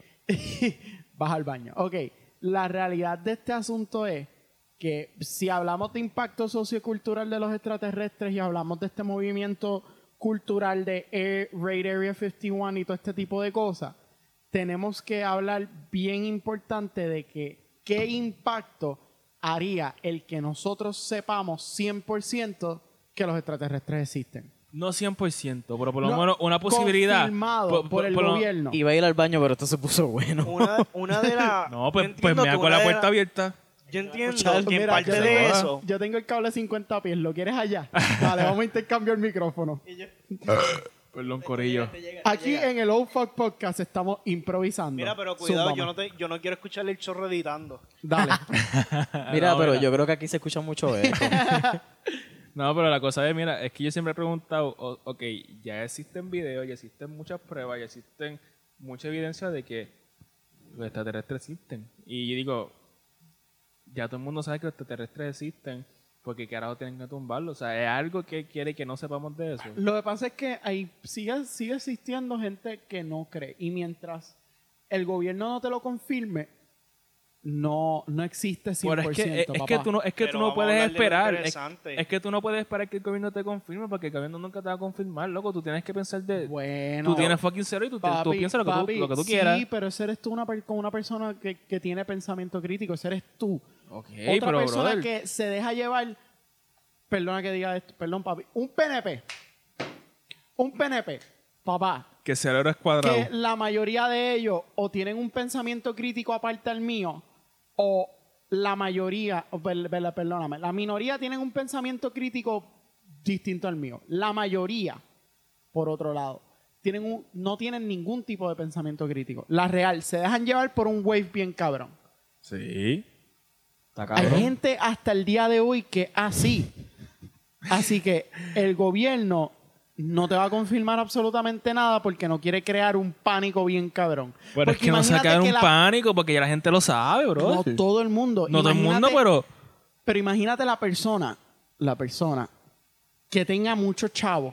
Vas al baño. Ok, la realidad de este asunto es que si hablamos de impacto sociocultural de los extraterrestres y hablamos de este movimiento cultural de Air, Raid Area cincuenta y uno y todo este tipo de cosas, tenemos que hablar bien importante de que qué impacto haría el que nosotros sepamos cien por ciento que los extraterrestres existen. No cien por ciento, pero por lo No, menos una posibilidad. confirmado por, el lo- gobierno. Iba a ir al baño, pero esto se puso bueno. Una, una de las... No, pues, yo pues entiendo me que con una la de puerta la- abierta. Yo entiendo Escuchar, que en mira, parte yo de tengo- eso... Yo tengo el cable cincuenta pies, ¿lo quieres allá? Dale, vamos a intercambiar el micrófono. Perdón, corillo. Aquí en el Old Fuck Podcast estamos improvisando. Mira, pero cuidado, Zúmbame. yo no, te, yo no quiero escucharle el chorro editando. Dale. Mira, No, pero mira. yo creo que aquí se escucha mucho eco. No, pero la cosa es, mira, es que yo siempre he preguntado, o- ok, ya existen videos, ya existen muchas pruebas, ya existen mucha evidencia de que los extraterrestres existen. Y yo digo, ya todo el mundo sabe que los extraterrestres existen, porque carajo tienen que tumbarlo. O sea, es algo que quiere que no sepamos de eso. Lo que pasa es que hay, sigue, sigue existiendo gente que no cree. Y mientras el gobierno no te lo confirme, no, no existe cien Pero por es que, ciento, es, es que papá. tú no, es que Pero tú no vamos a puedes hablar de lo esperar. Es, interesante. es que tú no puedes esperar que el gobierno te confirme, porque el gobierno nunca te va a confirmar, loco. Tú tienes que pensar de... Bueno, tú tienes fucking cero y tú, tú papi, piensas lo que, papi, tú, lo que tú sí, quieras. pero ese eres tú una, per- con una persona que, que tiene pensamiento crítico. Ese eres tú. Ok, Otra pero persona brother, que se deja llevar, perdona que diga esto, perdón papi, un P N P, un P N P, papá, que el cerebro es cuadrado. que la mayoría de ellos o tienen un pensamiento crítico aparte al mío, o la mayoría, o per- per- perdóname, la minoría tienen un pensamiento crítico distinto al mío. La mayoría, por otro lado, tienen un, no tienen ningún tipo de pensamiento crítico. La real, se dejan llevar por un wave bien cabrón. Sí. Está Hay cabrón. gente hasta el día de hoy que así. Así que el gobierno no te va a confirmar absolutamente nada porque no quiere crear un pánico bien cabrón. Pero es Porque que no se imagínate cae que un la- pánico porque ya la gente lo sabe, bro. No todo el mundo. No todo el mundo, Imagínate- pero... Pero imagínate la persona, la persona que tenga muchos chavos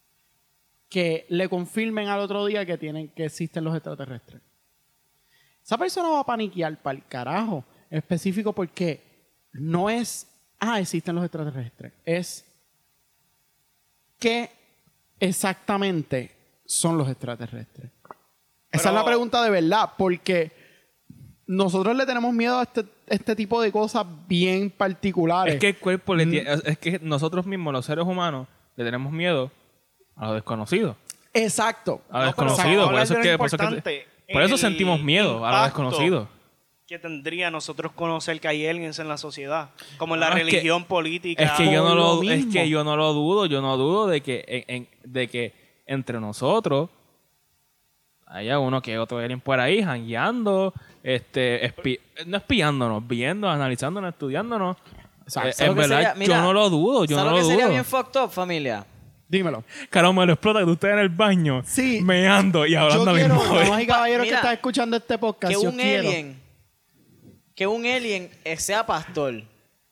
que le confirmen al otro día que tienen que existen los extraterrestres. Esa persona va a paniquear para el carajo. Específico porque no es, ah, existen los extraterrestres. Es ¿qué exactamente son los extraterrestres? Esa Pero- es la pregunta de verdad, porque nosotros le tenemos miedo a este, este tipo de cosas bien particulares. Es que el cuerpo Mm. le tiene... Es que nosotros mismos, los seres humanos, le tenemos miedo a lo desconocido. Exacto. A lo No, pero desconocido. vamos a Por hablar eso es de que... lo Por eso, es que- importante, por eso el sentimos miedo a lo impacto desconocido. que tendría nosotros conocer que hay aliens en la sociedad, como en la No, es que- religión política. Es que yo no Por lo, lo es mismo. que yo no lo dudo, yo no dudo de que en, en- de que entre nosotros haya uno que otro alien por ahí, jangueando, este, espi- no espiándonos, viendo, analizándonos, estudiándonos. Exacto. Eh, ¿Sabes en lo que verdad, sería? Mira, yo no lo dudo, yo ¿sabes no lo lo que sería dudo. bien fucked up, familia? Dímelo. Claro, me lo explota que tú estés en el baño, Sí. meando y hablando Yo al quiero, mismo vez. damas y caballeros Mira, que están escuchando este podcast, Que yo un quiero. alien, que un alien eh, sea pastor.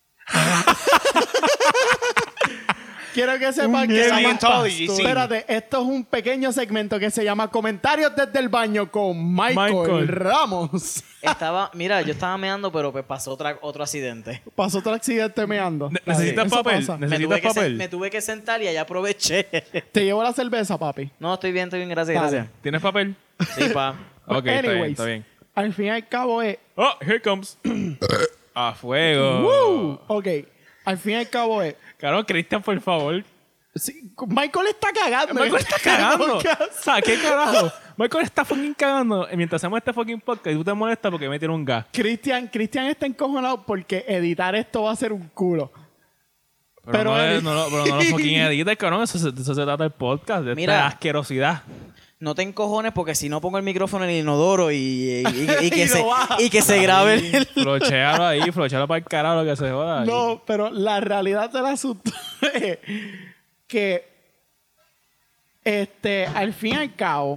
Quiero que sepan que alien. se llama Scientology, Pastor. sí. Espérate, esto es un pequeño segmento que se llama Comentarios desde el baño con Michael, Michael. Ramos. Estaba, mira, yo estaba meando, pero pues pasó otra, otro accidente. Pasó otro accidente meando. Ne- ¿Necesitas Eso papel? pasa. Ne- Me ¿Necesitas tuve, que sen- papel? me tuve que sentar y allá aproveché. Te llevo la cerveza, papi. No, estoy bien, estoy bien, gracias, Dale. gracias. ¿Tienes papel? Sí, pa. Ok, está bien, Anyways, está bien. Al fin y al cabo es... Oh, here comes. A fuego. ¡Woo! Ok, al fin y al cabo es... Claro, Cristian, por favor. Sí, Michael está cagando. Michael está cagando. O sea, ¿qué carajo? Michael está fucking cagando mientras hacemos este fucking podcast y tú te molestas porque me tiene un gas. Cristian, Cristian está encojonado porque editar esto va a ser un culo. Pero, Pero no, él- es- no, lo- pero no lo fucking edites, cabrón. Eso, se- de eso se trata el podcast. De Mira. esta asquerosidad. No te encojones porque si no pongo el micrófono en el inodoro y, y, y- y que, Y lo se, baja. y que se grabe el... Flochealo ahí, flochealo para el carajo, lo que se joda. No, pero la realidad del asunto es que este, al fin y al cabo,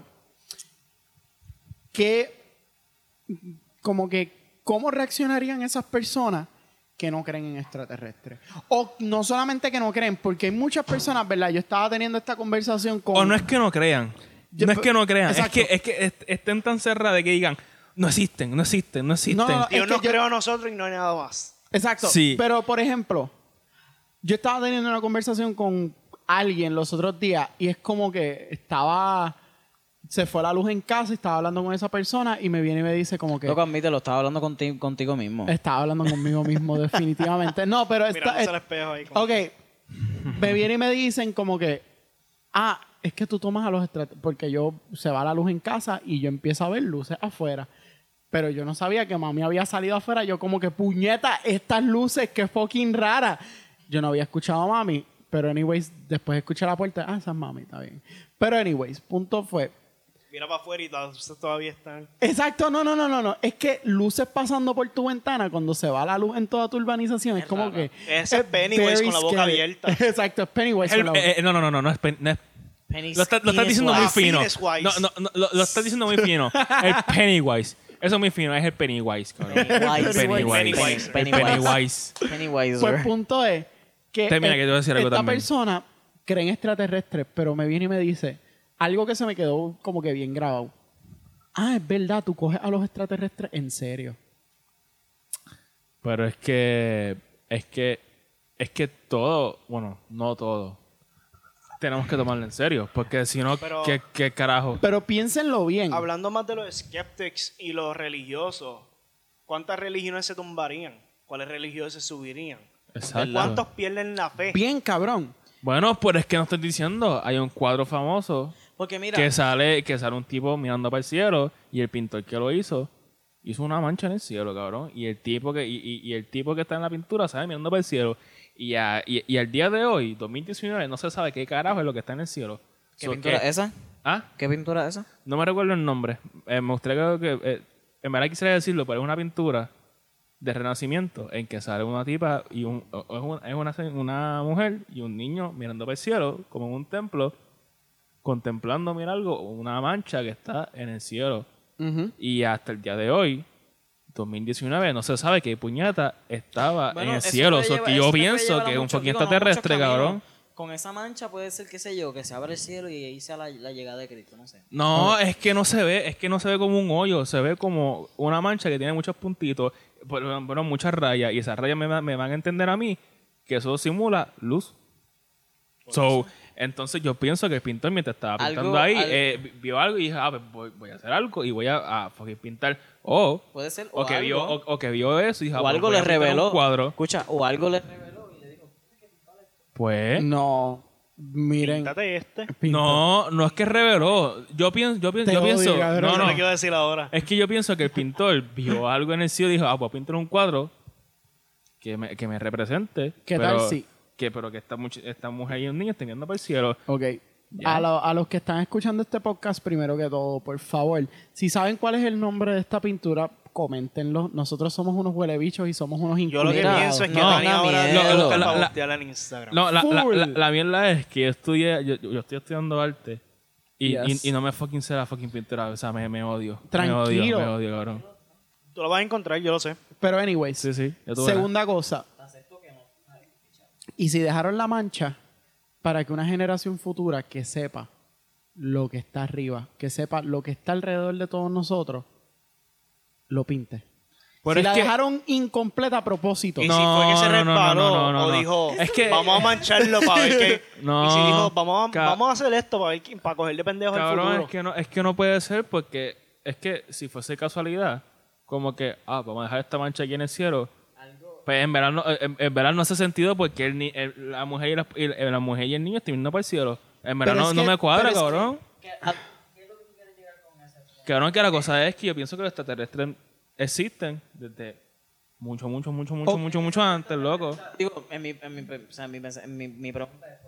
que como que cómo reaccionarían esas personas que no creen en extraterrestres. O no solamente que no creen, porque hay muchas personas, ¿verdad? Yo estaba teniendo esta conversación con... O no es que no crean. Yo- no es que no crean. Exacto. Es que, es que est- estén tan cerradas de que digan, no existen, no existen, no existen. No, no, no, Dios es que nos yo- creó a nosotros y no hay nada más. Exacto. Sí. Pero, por ejemplo, yo estaba teniendo una conversación con alguien los otros días y es como que estaba... Se fue la luz en casa y estaba hablando con esa persona y me viene y me dice como que... Loco, admítelo, estaba hablando contigo, contigo mismo. Estaba hablando conmigo mismo, definitivamente. No, pero está... Mirándose es- al espejo ahí. como- ok. Me viene y me dicen como que... Ah, es que tú tomas a los extraterrestres... Porque yo... Se va la luz en casa y yo empiezo a ver luces afuera. Pero yo no sabía que mami había salido afuera. Yo como que, puñeta, estas luces, qué fucking rara. Yo no había escuchado a mami. Pero anyways, después escuché la puerta. Ah, esa es mami, está bien. Pero anyways, punto fue... Mira para afuera y las luces todavía están. Exacto, no, no, no, no, no. Es que luces pasando por tu ventana cuando se va la luz en toda tu urbanización es, Es como raro. que... Ese es Pennywise very con la boca scary. abierta. Exacto, es Pennywise El- con la boca. eh, eh, no, no, no, no, no es, pen- no es- Penny lo, está- lo estás diciendo muy wise. fino. Ah, Phoenix No, wise. no, no, lo, lo estás diciendo muy fino. El Pennywise. Eso es muy fino, es el Pennywise, cabrón. Pennywise. Pennywise. Pennywise. El Pennywise. Pennywise. Pues el punto es que Termina, eh, que te voy a decir algo esta también. persona cree en extraterrestres, pero me viene y me dice algo que se me quedó como que bien grabado. Ah, es verdad, tú coges a los extraterrestres en serio. Pero es que, es que, es que todo, bueno, no todo, tenemos que tomarlo en serio. Porque si no, Pero- ¿qué, qué carajo? Pero piénsenlo bien. Hablando más de los skeptics y los religiosos, ¿cuántas religiones se tumbarían? ¿Cuáles religiones se subirían? Exacto. ¿Cuántos pierden la fe? Bien, cabrón. Bueno, pues es que no estoy diciendo, hay un cuadro famoso Porque mira, que sale, que sale un tipo mirando para el cielo y el pintor que lo hizo hizo una mancha en el cielo, cabrón. Y el tipo que, y, y- y el tipo que está en la pintura sale mirando para el cielo. Y, a- y, y al día de hoy, dos mil diecinueve, no se sabe qué carajo es lo que está en el cielo. ¿qué So pintura que- es esa? ¿Ah? ¿Qué pintura es esa? No me recuerdo el nombre. Eh, me gustaría que... que, eh, en verdad quisiera decirlo, pero es una pintura de renacimiento en que sale una tipa y un, o- o es, una, es una, se- una mujer y un niño mirando para el cielo, como en un templo, contemplando, mira algo, una mancha que está en el cielo. Ujú. Y hasta el día de hoy, dos mil diecinueve, no se sabe qué puñeta estaba Bueno, en el eso cielo. te So lleva- que eso yo te puede pienso llevar a que es un muchos- fucking digo, no, extraterrestre, muchos caminos. cabrón. Con esa mancha puede ser, qué sé yo, que se abre el cielo y ahí sea la, la llegada de Cristo, no sé. No, es que no se ve, es que no se ve como un hoyo, se ve como una mancha que tiene muchos puntitos, pero, pero muchas rayas, y esas rayas me, va- me van a entender a mí que eso simula luz. So, entonces yo pienso que el pintor mientras estaba Algo- pintando ahí, al- eh, vi- vio algo y dijo, ah, pues voy, voy a hacer algo y voy a, a fucking pintar. O, Puede ser, o, o, que algo, vio, o, o que vio eso y dijo, ah, o pues algo voy a le pintar un reveló. cuadro. Escucha, o algo le reveló y le dijo, Pues, No, miren. Píntate este. pinta. no, no es que reveló. Yo pienso, yo pienso, Te yo odio, pienso, cabrón. no, Eso no. le quiero decir ahora. Es que yo pienso que el pintor vio algo en el cielo y dijo, ah, pues pintar un cuadro que me, que me represente. ¿Qué pero, tal si? Que, pero que esta, much- esta mujer y un niño estén viendo para el cielo. Ok. Ya. A, lo- a los que están escuchando este podcast, primero que todo, por favor, si saben cuál es el nombre de esta pintura, coméntenlo. Nosotros somos unos huelebichos y somos unos Yo lo que inculcados. pienso es que no, Dani tenga ahora miedo. lo, La- lo, la- en Instagram. No, la, la, Full. la, la mierda es que yo estudié, yo, yo estoy estudiando arte y, Yes. y, y no me fucking sé la fucking pintura, o sea, me, me odio. Tranquilo. Me odio, me odio, cabrón. Tú lo vas a encontrar, yo lo sé. Pero anyways, Sí, sí. ya tú verás. segunda cosa. Y si dejaron la mancha para que una generación futura que sepa lo que está arriba, que sepa lo que está alrededor de todos nosotros, lo pinte. Pero si es la que- dejaron incompleta a propósito. Y No, si fue que se no, no, resbaló no, no, no, o no. dijo, Es que- vamos a mancharlo para ver qué. No, y si dijo, vamos a, ca- vamos a hacer esto para, ver, quién- para coger de pendejos el Cabrón, futuro. es que, no, es que no puede ser porque es que si fuese casualidad, como que, ah, vamos a dejar esta mancha aquí en el cielo. Pues en verdad no, en, en verdad no hace sentido porque el, ni- el- la, mujer y la, y la- la mujer y el niño están mirando para el cielo. En verdad Pero no, es no que- me cuadra, pero es que- cabrón. Cabrón, que la cosa es que yo pienso que los extraterrestres existen desde mucho, mucho, mucho, mucho, Oh. mucho, mucho antes, loco. Digo, en mi, en mi, o sea, en mi, pens- en mi, mi pregunta es,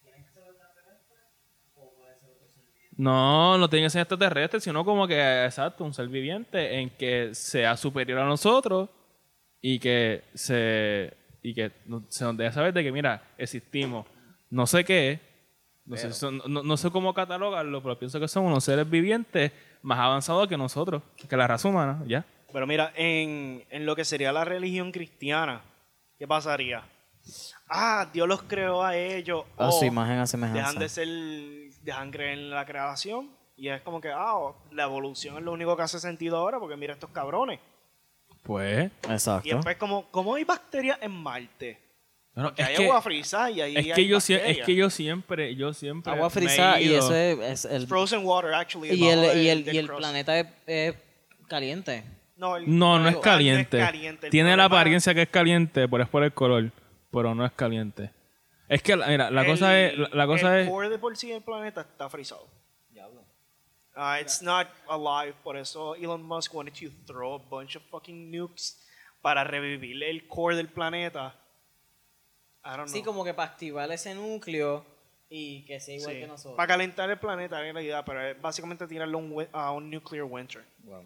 No, no tiene que ser extraterrestre, sino como que, exacto, un ser viviente en que sea superior a nosotros y que se y que no- se nos deje saber de que, mira, existimos. No sé qué, no sé, son- no, no sé cómo catalogarlo, pero pienso que son unos seres vivientes más avanzados que nosotros, que la raza humana, ya. Pero mira, en, en lo que sería la religión cristiana, ¿qué pasaría? Ah, Dios los creó a ellos. a o su imagen, a semejanza. dejan de ser, dejan creer en la creación. Y es como que, ah, la evolución es lo único que hace sentido ahora, porque mira estos cabrones. Pues, Y Exacto. después, como, ¿cómo hay bacterias en Marte? bueno, Que es hay que, agua frisada y ahí es que hay yo sie- es bacterias. que yo siempre, yo siempre Agua me he frisada y ido- eso es, es el, Frozen water, actually. y el, debajo y del- el, del y el crust. planeta es, es caliente. No, el- No, no es el- caliente. caliente. El Tiene la problema- apariencia que es caliente, pero es por el color. Pero no es caliente. Es que, la- mira, la el- cosa es... La, la cosa el es... core de por sí del planeta está frisado. Uh, it's not alive, por eso Elon Musk wanted to throw a bunch of fucking nukes para revivir el core del planeta. I don't know. Sí, como que para activar ese núcleo y que sea igual Sí. que nosotros. Para calentar el planeta en realidad, pero es básicamente tirarle un wi- a un nuclear winter.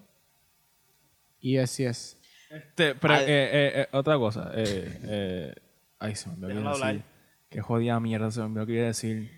Yes, yes. Este, pero, Ah, eh, eh, eh, otra cosa. Eh, eh, ay, se me olvidó Déjalo decir. hablar. Qué jodida mierda se me olvidó que iba a decir.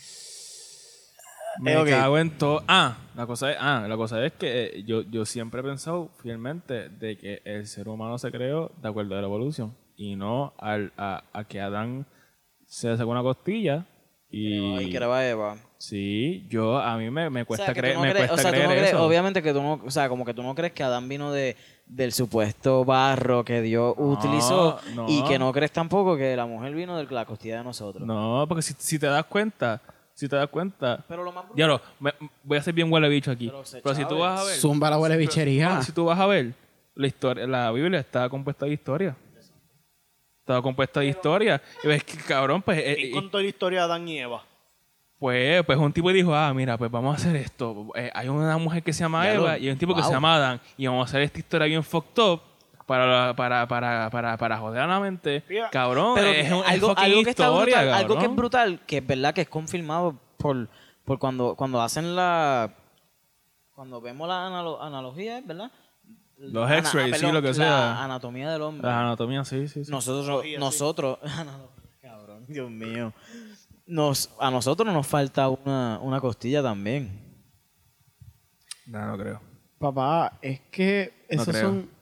Me Eh, ok. cago en todo. Ah, la cosa es, ah, la cosa es que eh, yo, yo siempre he pensado fielmente de que el ser humano se creó de acuerdo a la evolución y no al, a, a que Adán se sacó una costilla y... Y que era para Eva. Sí, yo, a mí me, me O cuesta sea, que tú creer, no me crees- cuesta o sea, tú creer no crees- eso. obviamente que tú no, o sea, como que tú no crees que Adán vino de del supuesto barro que Dios utilizó no. y que no crees tampoco que la mujer vino de la costilla de nosotros. No, porque si, si te das cuenta, si te das cuenta, Pero lo más brutal- ya lo, me- voy a ser bien huele bicho aquí. Pero se Pero si tú chave. vas a ver, Zumba la huele bichería. no, si tú vas a ver, la historia, la Biblia está compuesta de historia. Está compuesta de historia. Y ves que cabrón, pues, eh, ¿Quién eh, contó la historia de Adán y Eva? pues, pues un tipo dijo, ah, mira, pues vamos a hacer esto. Eh, hay una mujer que se llama Ya lo- Eva y hay un tipo que wow. se llama Adán y vamos a hacer esta historia bien fucked up. Para, para, para, para, para joder a la mente. Mira, Cabrón, Pero es, un- es algo, fucking algo que está historia, brutal, algo que es cabrón. brutal, que es verdad que es confirmado por, por cuando, cuando hacen la cuando vemos la analo- analogía, ¿verdad? Los Ana- X-rays, ah, sí, perdón, lo que la sea. anatomía del hombre. La anatomía, sí, sí, sí. Nosotros, Analogía, sí. nosotros, cabrón, Dios mío. Nos, a nosotros nos falta una, una costilla también. No, no creo. Papá, es que No esos creo. son...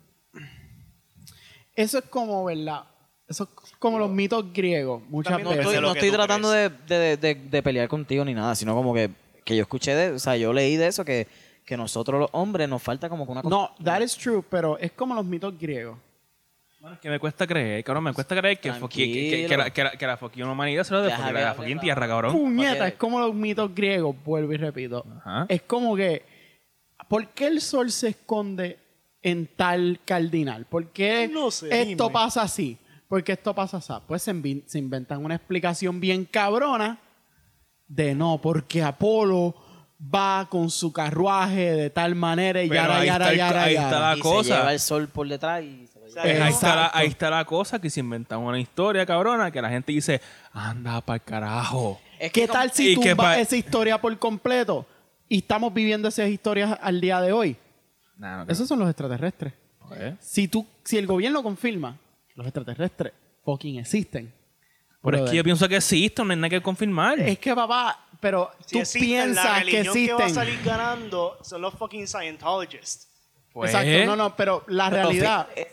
Eso es como, ¿verdad? Eso es como los mitos griegos, muchas También No depende veces. estoy, de lo no que estoy tú tratando de, de, de, de pelear contigo ni nada, sino como que, que yo escuché de, o sea, yo leí de eso que, que nosotros los hombres nos falta como que una No, that is true, pero es como los mitos griegos. Bueno, es que me cuesta creer, cabrón, me cuesta creer que, fo- que, que, que, que la, que, la, que la fucking humanidad se lo de Deja fucking- que la hable fucking la- tierra, cabrón. Puñeta, Porque- es como los mitos griegos, vuelvo y repito. Ajá. Es como que, ¿por qué el sol se esconde en tal cardinal? ¿Por qué No sé, esto dime. pasa así? ¿Por qué esto pasa así? Pues se, invi- se inventan una explicación bien cabrona de no, porque Apolo va con su carruaje de tal manera y Pero yara, ahí yara, está el- yara, ahí yara. está la y cosa. se lleva el sol por detrás y se lo lleva. sea, Eh, no- ahí, está la, Exacto. ahí está la cosa que se inventan una historia cabrona que la gente dice, anda para el carajo. Es que ¿Qué como- tal si y que tumba pa- esa historia por completo y estamos viviendo esas historias al día de hoy? Nah, no creo. Esos son los extraterrestres. Pues, Si tú, si el gobierno confirma que los extraterrestres fucking existen. pero es brother, que yo pienso que existen, no hay nada que confirmar. es que papá, pero Si tú existen, piensas la que religión que, va a existen. salir ganando son los fucking Scientologists. Pues, Exacto, no, no, pero la Pero, realidad. fi- eh,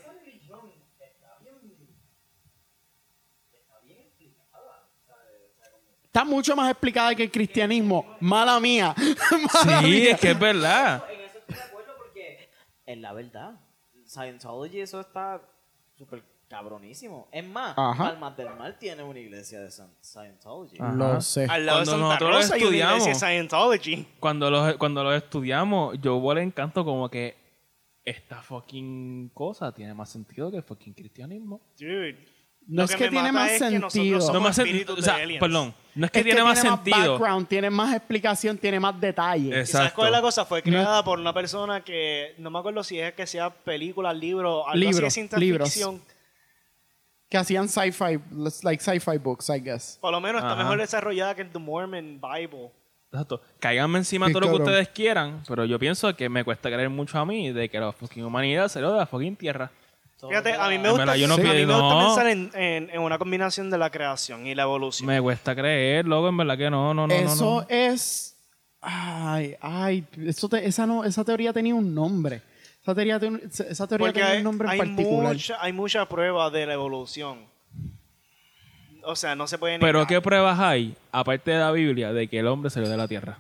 Está mucho más explicada que el cristianismo. Mala mía. Mala Sí, mía. es que es verdad. En eso estoy de acuerdo porque es la verdad. Scientology, eso está súper cabronísimo. Es más, Ajá. Palmas del Mar tiene una iglesia de San- Scientology. Ajá. Lo sé. Al lado Cuando de Santa nosotros lo Rosa y una iglesia de estudiamos. Scientology. Cuando los, cuando los estudiamos, yo hubo el encanto como que esta fucking cosa tiene más sentido que el fucking cristianismo. Dude. No Lo es que que me tiene mata más es que nosotros sentido. somos No más sen- espíritus o sea, de aliens. perdón, no es que Es tiene más tiene sentido. background, tiene más explicación, tiene más detalle. ¿Y sabes Exacto. cuál es la cosa? Fue creada por una persona que, no me acuerdo si es que sea película, libro, algo así de Libros, ciencia libros. ficción. Que hacían sci-fi, like sci-fi books, I guess. Por lo menos está Ajá. mejor desarrollada que el The Mormon Bible. Exacto. Cáiganme encima Sí, todo lo que cabrón. ustedes quieran, pero yo pienso que me cuesta creer mucho a mí de que la fucking humanidad salió de la fucking tierra. Fíjate, a mí me En gusta, verdad, yo no a mí me pienso- gusta no. pensar en, en- en una combinación de la creación y la evolución. Me cuesta creer, loco, en verdad que no, no, no, Eso no. no. es. Ay, ay. Eso te- esa, no, esa teoría tenía un nombre. Esa teoría, ten- esa teoría Porque tenía hay, un nombre en hay particular. mucha, hay mucha prueba de la evolución. O sea, no se puede Pero negar. ¿qué pruebas hay, aparte de la Biblia, de que el hombre salió de la tierra?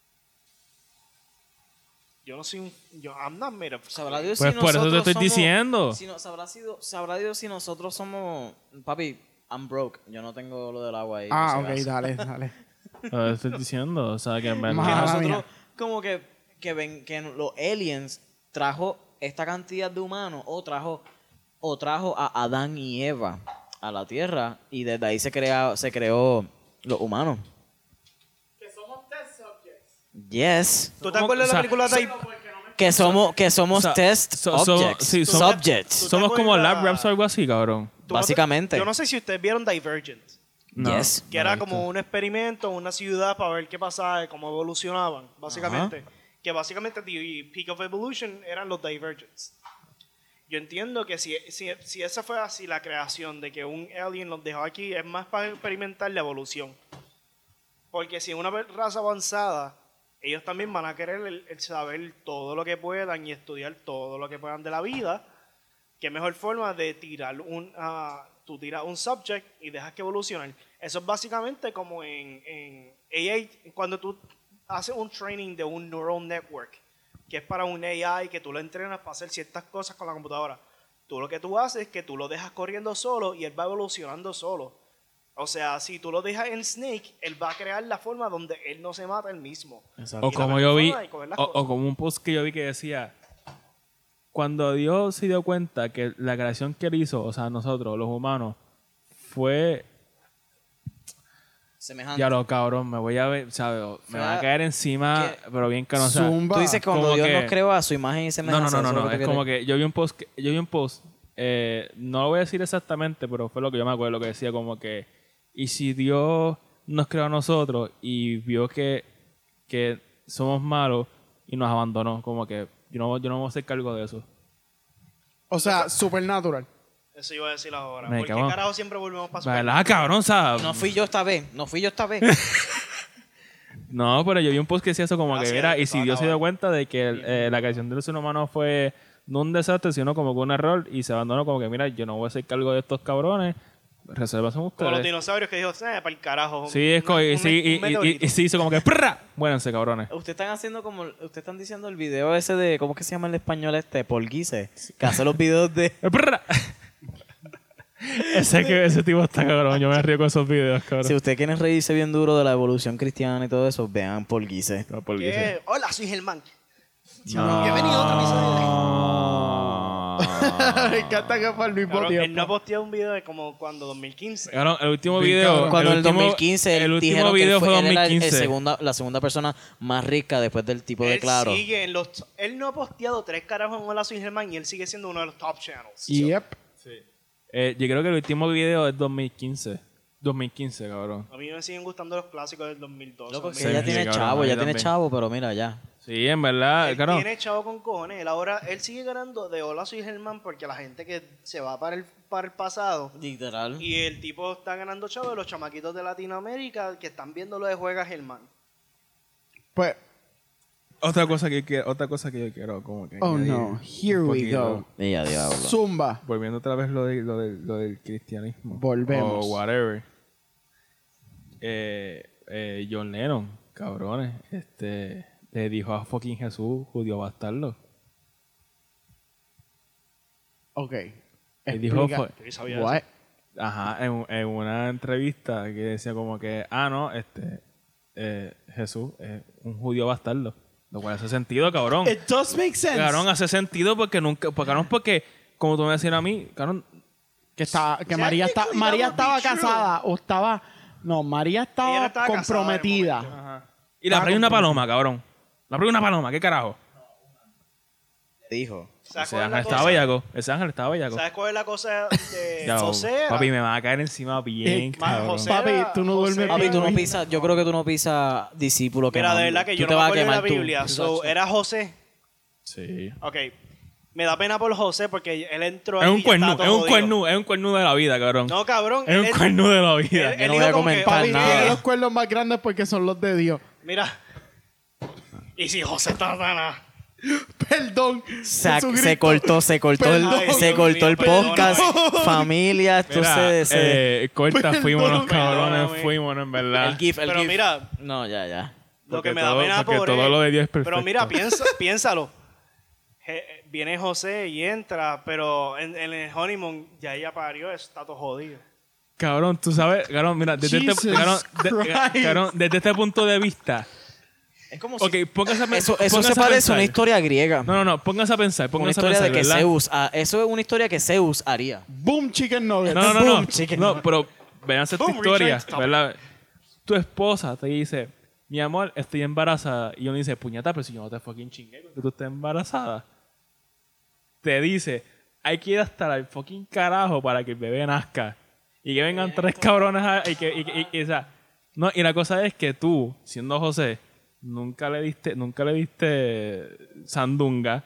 Yo no soy un... Yo, I'm not made of... Sabrá Dios Pues si por eso te nosotros estoy somos- diciendo. Si no, sabrá, sido- sabrá Dios si nosotros somos... Papi, I'm broke. Yo no tengo lo del agua ahí. Ah, por ok, si acaso. dale, dale. Lo estoy diciendo, o sea, que en verdad... Más- Que Mala nosotros, mía. como que, que ven que los aliens trajo esta cantidad de humanos o trajo o trajo a Adán y Eva a la tierra y desde ahí se crea, se creó los humanos. Que somos test subjects. Yes. ¿Tú te ¿Cómo? acuerdas de O sea, la película de... Que somos que somos O sea, test so- so- objects. sí, somos- subjects. ¿Tú te Somos como acuerdas? lab rats o algo así, cabrón. tú no te- básicamente. Yo no sé si ustedes vieron Divergent. No, Yes. Que no era he visto. como un experimento, una ciudad para ver qué pasaba, cómo evolucionaban, básicamente. Que básicamente the peak of evolution eran los Divergents. Yo entiendo que si, si, si esa fue así la creación de que un alien los dejó aquí, es más para experimentar la evolución. Porque si una raza avanzada, ellos también van a querer el, el saber todo lo que puedan y estudiar todo lo que puedan de la vida. Qué mejor forma de tirar un... ah, tú tiras un subject y dejas que evolucione. Eso es básicamente como en, en A I, cuando tú haces un training de un neural network, que es para un A I que tú lo entrenas para hacer ciertas cosas con la computadora. Tú lo que tú haces es que tú lo dejas corriendo solo y él va evolucionando solo. O sea, si tú lo dejas en Snake, él va a crear la forma donde él no se mata él mismo. Exacto. O Y la como mejor yo vi, forma de coger las o, o cosas. como un post que yo vi que decía, cuando Dios se dio cuenta que la creación que él hizo, o sea, nosotros, los humanos, fue, Semejante. ya lo cabrón, me voy a ver, ¿sabes? Me Fue va a a- caer encima, que- pero bien que no sea. Zumba. Tú dices que cuando Como Dios que- nos creó a su imagen y No, semejanza. no, no, no, eso es no, lo que es tú como quieres. que yo vi un post, que- yo vi un post, eh, no lo voy a decir exactamente, pero fue lo que yo me acuerdo que decía como que, y si Dios nos creó a nosotros y vio que, que somos malos y nos abandonó, como que yo no, yo no voy a hacer cargo de eso. O sea, supernatural. Eso iba a decir ahora. Me ¿Por qué cago. carajo siempre volvemos para ¿Verdad, cabrón? ¿Sabes? No fui yo esta vez. No fui yo esta vez. No, pero yo vi un post que decía eso como que, Gracias, mira, y eso si Dios se acaba. dio cuenta de que el- eh, la creación del ser humano fue no un desastre, sino como que un error, y se abandonó como que, mira, yo no voy a hacer cargo de estos cabrones, reservas son Como los ustedes. dinosaurios que dijo, eh, para el carajo. Sí, es como, y, Un- sí, un y, y, y, meteorito. y sí hizo como que, ¡prra! Muéranse, cabrones. Ustedes están haciendo como... Ustedes están diciendo el video ese de... ¿Cómo es que se llama en español este? Polguise. Que hace los videos de... ¡Prra! ese, que, ese tipo está cabrón, yo me río con esos videos, cabrón. Si ustedes quieren reírse bien duro de la evolución cristiana y todo eso, vean Polguise. No, porque ¿Qué? dice- Hola, soy Germán. No. Bienvenido a otro episodio de... Me encanta que fue al mismo Cabrón, tiempo. él no ha posteado un video de como cuando dos mil quince. Cabrón, el último Bien, video. cabrón. Cuando en el último- dos mil quince el último dijeron que él video fue, fue él era el- el dos mil quince. segunda, la segunda persona más rica después del tipo de Él Claro. sigue en los... Él no ha posteado tres carajos en Hola Soy Germán y él sigue siendo uno de los top channels. Yep. Eh, yo creo que el último video es dos mil quince. dos mil quince, cabrón. A mí me siguen gustando los clásicos del dos mil doce. Loco, que Sí, ella sí, tiene cabrón, chavo, a mí ya tiene también. chavo, pero mira, ya. Sí, en verdad, Él cabrón. tiene chavo con cojones. Él ahora, él sigue ganando de Hola Soy Germán porque la gente que se va para el, para el pasado Literal. y el tipo está ganando chavo de los chamaquitos de Latinoamérica que están viendo lo de Juega Germán. Pues, Otra cosa que quiero, otra cosa que yo quiero, como que. oh añadir no, here un we poquito. go. Ella, diablo. Zumba. Volviendo otra vez lo, de, lo, de, lo del cristianismo. Volvemos. O whatever. Eh, eh, John Lennon, cabrones, este, le dijo a fucking Jesús, judío bastardo. Ok. Él dijo, Explica- fue- Yo sabía What? eso. ajá, en, en una entrevista que decía como que, ah, no, este, eh, Jesús es un judío bastardo. Lo cual hace sentido, cabrón. It does make sense. Cabrón, hace sentido porque nunca, porque, cabrón, porque, como tú me decías a mí, cabrón, Que, estaba, que O sea, María, está, technically María that would estaba be true. casada o estaba... No, María Ella estaba, no estaba casada en el comprometida. momento. ajá. Y la trae una paloma, cabrón. La trae una paloma, ¿qué carajo? Dijo. ¿Sabes Ese cuál es ángel la estaba cosa? bellaco. Ese ángel estaba bellaco. ¿Sabes cuál es la cosa de Ya, José? papi, me va a caer encima bien, Eh, Ma- cabrón. José Papi, era- tú no José- duermes Papi, bien. tú no pisas, yo creo que tú no pisas discípulo que Mira, de manda. verdad que Tú yo te no me vas a acuerdo de la quemar tú. Biblia. So, ¿era José? Sí. Ok. Me da pena por José porque él entró Es ahí un y ya cuerno, estaba es todo un jodido. cuerno, es un cuerno de la vida, cabrón. No, cabrón. Es un él- cuerno de la vida. él- Yo él no dijo voy a como que, comentar Papi, nada. tiene los cuernos más grandes porque son los de Dios. Mira. Y si José está tan... Perdón. Se, Jesucristo. se cortó, se cortó el, Perdón. se Dios cortó el mío, perdón, podcast. Familia, esto Mira, se, se- eh, corta, Perdón, fuimos, cabrones, perdóname. fuimos, en verdad. el GIF, el Pero GIF. mira, No, ya, ya. lo Porque que me da todo- pena porque por todo él- lo de Dios es perfecto. Pero mira, piensa, piénsalo. Je- Viene José y entra, pero en, en el honeymoon ya ella parió, está todo jodido. Cabrón, tú sabes, cabrón, mira, desde este, Jesus cabrón, de- Christ. cabrón, desde este punto de vista. Es como Ok, póngase a pe- Eso, eso póngase se a parece a pensar. una historia griega. No, no, no, póngase a pensar, una póngase a historia pensar, de que ¿verdad? Zeus. ah, eso es una historia que Zeus haría. Boom, chicken nuggets. No, no, no, no, Boom, chicken. no, pero véanse esta Boom, historia, Richard, stop. ¿verdad? Tu esposa te dice, mi amor, estoy embarazada. Y uno dice, puñeta, pero si yo no te fucking chingué porque tú estás embarazada. Te dice, hay que ir hasta el fucking carajo para que el bebé nazca. Y que vengan tres cabrones a- y que, y, que- y- y, o sea, no, y la cosa es que tú, siendo José, nunca le diste, nunca le diste sandunga.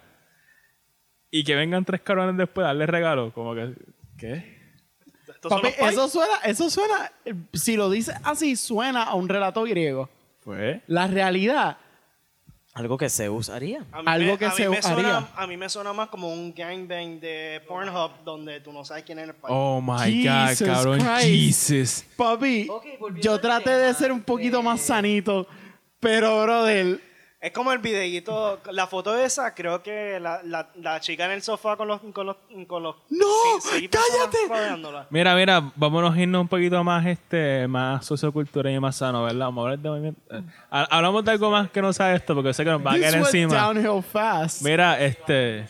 Y que vengan tres cabrones después a darle regalo, como que, ¿qué? Estos son Papi, los pais. eso suena, eso suena, eh, si lo dices así, suena a un relato griego. Fue. La realidad, Algo que Zeus haría. A mí algo me- que a mí se me suena- haría. A mí me suena más como un gangbang de Pornhub donde tú no sabes quién es el país. Oh my Jesus God, cabrón, Christ. Jesus. papi, Ok, volviendo yo al traté tema de ser un poquito más sanito, pero brother, Es como el videíto, la foto esa, creo que la, la, la chica en el sofá con los... Con los, con los ¡No! seis personas ¡Cállate! rodeándola. Mira, mira, vámonos a irnos un poquito más, este, más sociocultural y más sano, ¿verdad? Vamos a hablar de movimiento. eh, ha- Hablamos de algo más que no sea esto, porque sé que nos va a this caer went encima. downhill fast. Mira, este,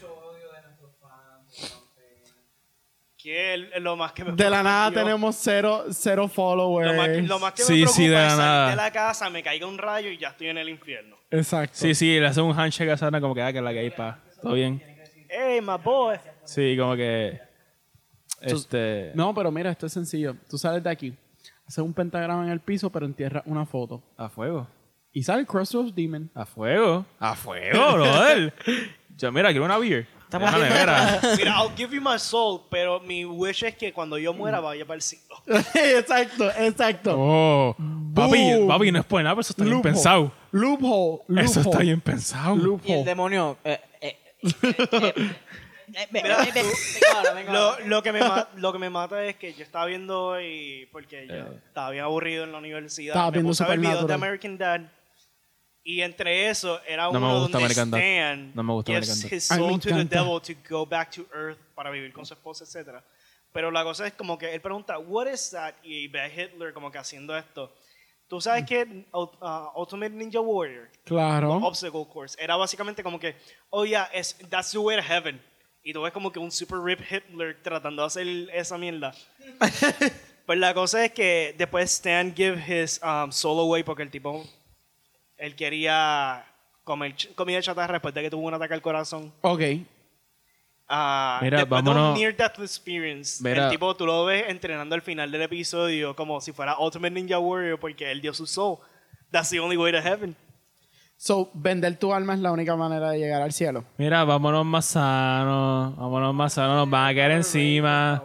Que el- lo más que me De la nada preocupa, tío, tenemos cero, cero followers. Lo más, lo más que Sí, me preocupa sí, de la es salir nada. de la casa, me caiga un rayo y ya estoy en el infierno. Exacto. sí, sí, le hace un handshake a Sana como que, ah, que la que hay pa. ¿Todo bien? Hey, my boy. Sí, como que, este, No, pero mira, esto es sencillo. Tú sales de aquí, haces un pentagrama en el piso, pero entierras una foto. a fuego, Y sale Crossroads Demon. a fuego, a fuego, brother. Yo, mira, quiero una beer. Estamos Déjame ver. ah. Mira, I'll give you my soul, pero mi wish es que cuando yo muera vaya para el cielo. exacto, exacto. Oh, papi, Boom. papi, no es por nada, pero eso está bien Loophole. pensado. Loophole. Loophole. Eso está bien pensado. Y el Loophole. demonio. eh, eh, eh, eh, Mira, venga ahora, venga Lo, ahora. lo, que me ma- lo que me mata es que yo estaba viendo hoy, porque yo estaba bien aburrido en la universidad, Estaba me viendo puse a ver videos de Supernatural. American Dad. Y entre eso era No me uno gusta donde American Dad. Stan No me gusta gives American Dad. his Ay, me soul to the encanta. devil to go back to earth para vivir con su esposa, etcétera. Pero la cosa es como que él pregunta, what is that? Y ve a Hitler como que haciendo esto. ¿Tú sabes que uh, Ultimate Ninja Warrior, Claro. Obstacle Course, era básicamente como que, oh yeah, es, that's the way to heaven. Y tú ves como que un super rip Hitler tratando de hacer esa mierda. Pues la cosa es que después Stan give his um, soul away porque el tipo, él quería comer ch- comida chatarra después de que tuvo un ataque al corazón. Ok. Ah, Mira, después de vámonos- un near death experience, Mira. el tipo tú lo ves entrenando al final del episodio como si fuera Ultimate Ninja Warrior porque él dio su soul. That's the only way to heaven. So, vender tu alma es la única manera de llegar al cielo. Mira, vámonos más sanos. Vámonos más sanos. Nos van a caer encima.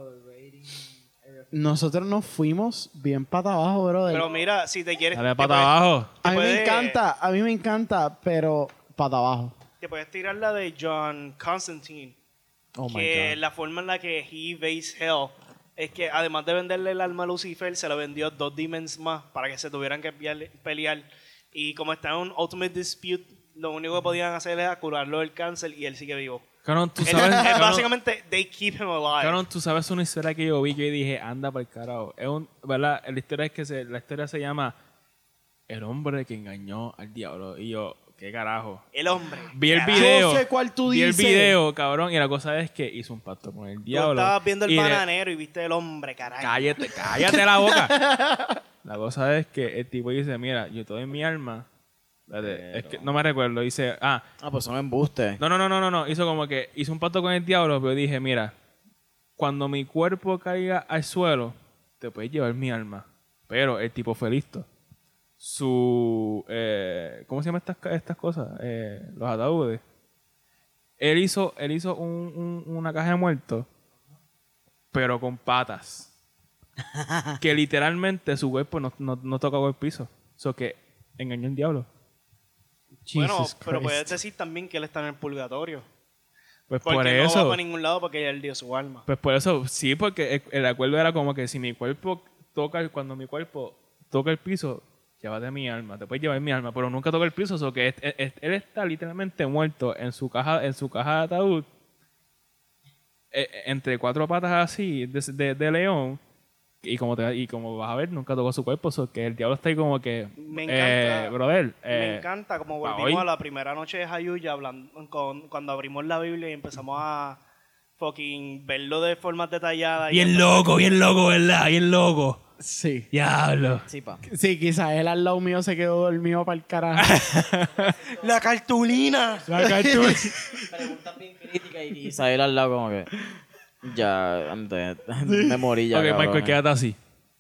Nosotros nos fuimos bien pata abajo, brother. Pero mira, si te quieres, Dale te para puedes- abajo. a mí me puede- encanta, a mí me encanta, pero pata abajo. te puedes tirar la de John Constantine. Oh my que God. la forma en la que he evades hell es que además de venderle el alma a Lucifer, se lo vendió dos demons más para que se tuvieran que pelear- pelear. Y como está en un ultimate dispute, lo único que podían hacer era curarlo del cáncer y él sigue vivo. Cabrón, tú Él- sabes. es cabrón, básicamente, they keep him alive. cabrón, tú sabes una historia que yo vi que yo dije, anda para el carajo. Es un, ¿verdad? La historia es que se, la historia se llama El hombre que engañó al diablo. Y yo, ¿qué carajo? El hombre. Vi el Carajo. video. Yo sé cuál tú vi dices. el video, cabrón, y la cosa es que hizo un pacto con el Tú diablo. estabas viendo el y le- bananero y viste el hombre, carajo. Cállate, cállate la boca. La cosa es que el tipo dice, mira, yo te doy mi alma. Espérate, es que no me recuerdo. Dice, ah, Ah, pues son embustes. no, no, no, no, no, no. Hizo como que hizo un pacto con el diablo, pero dije, mira, cuando mi cuerpo caiga al suelo, te puedes llevar mi alma. Pero el tipo fue listo. Su, eh, ¿cómo se llaman estas, ca- estas cosas? Eh, los ataúdes. Él hizo, él hizo un- un- una caja de muertos, pero con patas. Que literalmente su cuerpo no, no, no tocaba el piso. Eso que engañó al diablo. Bueno, Jesus pero Christ. puedes decir también que él está en el purgatorio. Pues Porque por no eso. va para ningún lado porque él dio su alma. Pues por eso, sí, porque el, el acuerdo era como que si mi cuerpo toca, el- cuando mi cuerpo toca el piso, llévate mi alma, te puedes llevar mi alma, pero nunca toca el piso, o que es- es- él está literalmente muerto en su caja, en su caja de ataúd, eh, entre cuatro patas así, de, de- de león, y como te, y como vas a ver, nunca tocó su cuerpo, o que el diablo está ahí como que, Me eh, encanta. brother, Me eh, encanta como pa' volvimos hoy. a la primera noche de Jayuya hablando con, cuando abrimos la Biblia y empezamos a fucking verlo de formas detalladas. y bien empezamos- loco, bien loco, ¿verdad? Bien loco. Sí. Diablo. Sí, pa. Sí, quizás él al lado mío se quedó dormido para el carajo. ¡La cartulina! La cartulina. Preguntas bien críticas y Isael al lado como que... Ya, antes, me morí ya, Ok, cabrón. Michael, quédate así.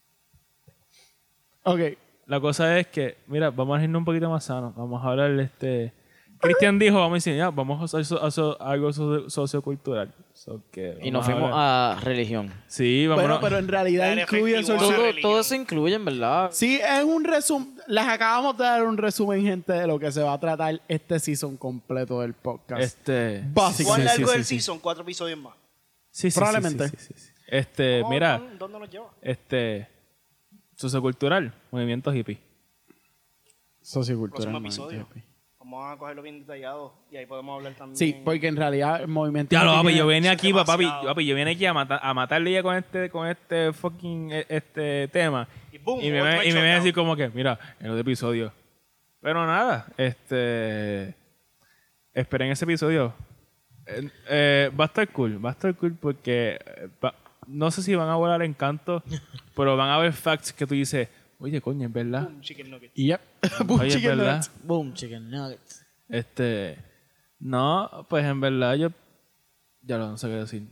Ok. La cosa es que, mira, vamos a irnos un poquito más sano. Vamos a hablar de este. Cristian dijo, vamos a decir, ya, vamos a hacer so- a so- algo socio- sociocultural. So que Y nos vamos fuimos hablar- a religión. Sí, vamos Bueno, a. pero en realidad Era incluye efectivo. eso. Todo- Todo, todo eso incluye, en verdad. Sí, es un resumen. Les acabamos de dar un resumen, gente, de lo que se va a tratar este season completo del podcast. Este. Básicamente. ¿Cuán sí, largo sí, del sí, sí. season? Cuatro episodios más. Sí, sí, Probablemente. sí, sí, sí, sí. Este, ¿Cómo- mira, ¿Dónde, dónde nos lleva? este. Sociocultural, movimiento hippie. Sociocultural. Próximo episodio. Vamos a cogerlo bien detallado y ahí podemos hablar también. Sí, porque en realidad el movimiento. Ya lo, papi, tiene- yo vine aquí, demasiado. papi, papi, yo vine aquí a, matar, a matarle ya con este, con este fucking eh, este tema. Y boom, Y me, Ultimate ve- y me viene a decir Showdown. como que, mira, en otro episodio. Pero nada, este. Esperen ese episodio. Eh, eh, va a estar cool, va a estar cool porque eh, va- no sé si van a volar encanto, pero van a haber facts que tú dices, oye, coño, es verdad. Boom, chicken nugget. Yep. Oye, es Chicken verdad. nuggets. Boom, chicken nuggets. Este. No, pues en verdad yo. Ya lo no sé qué decir.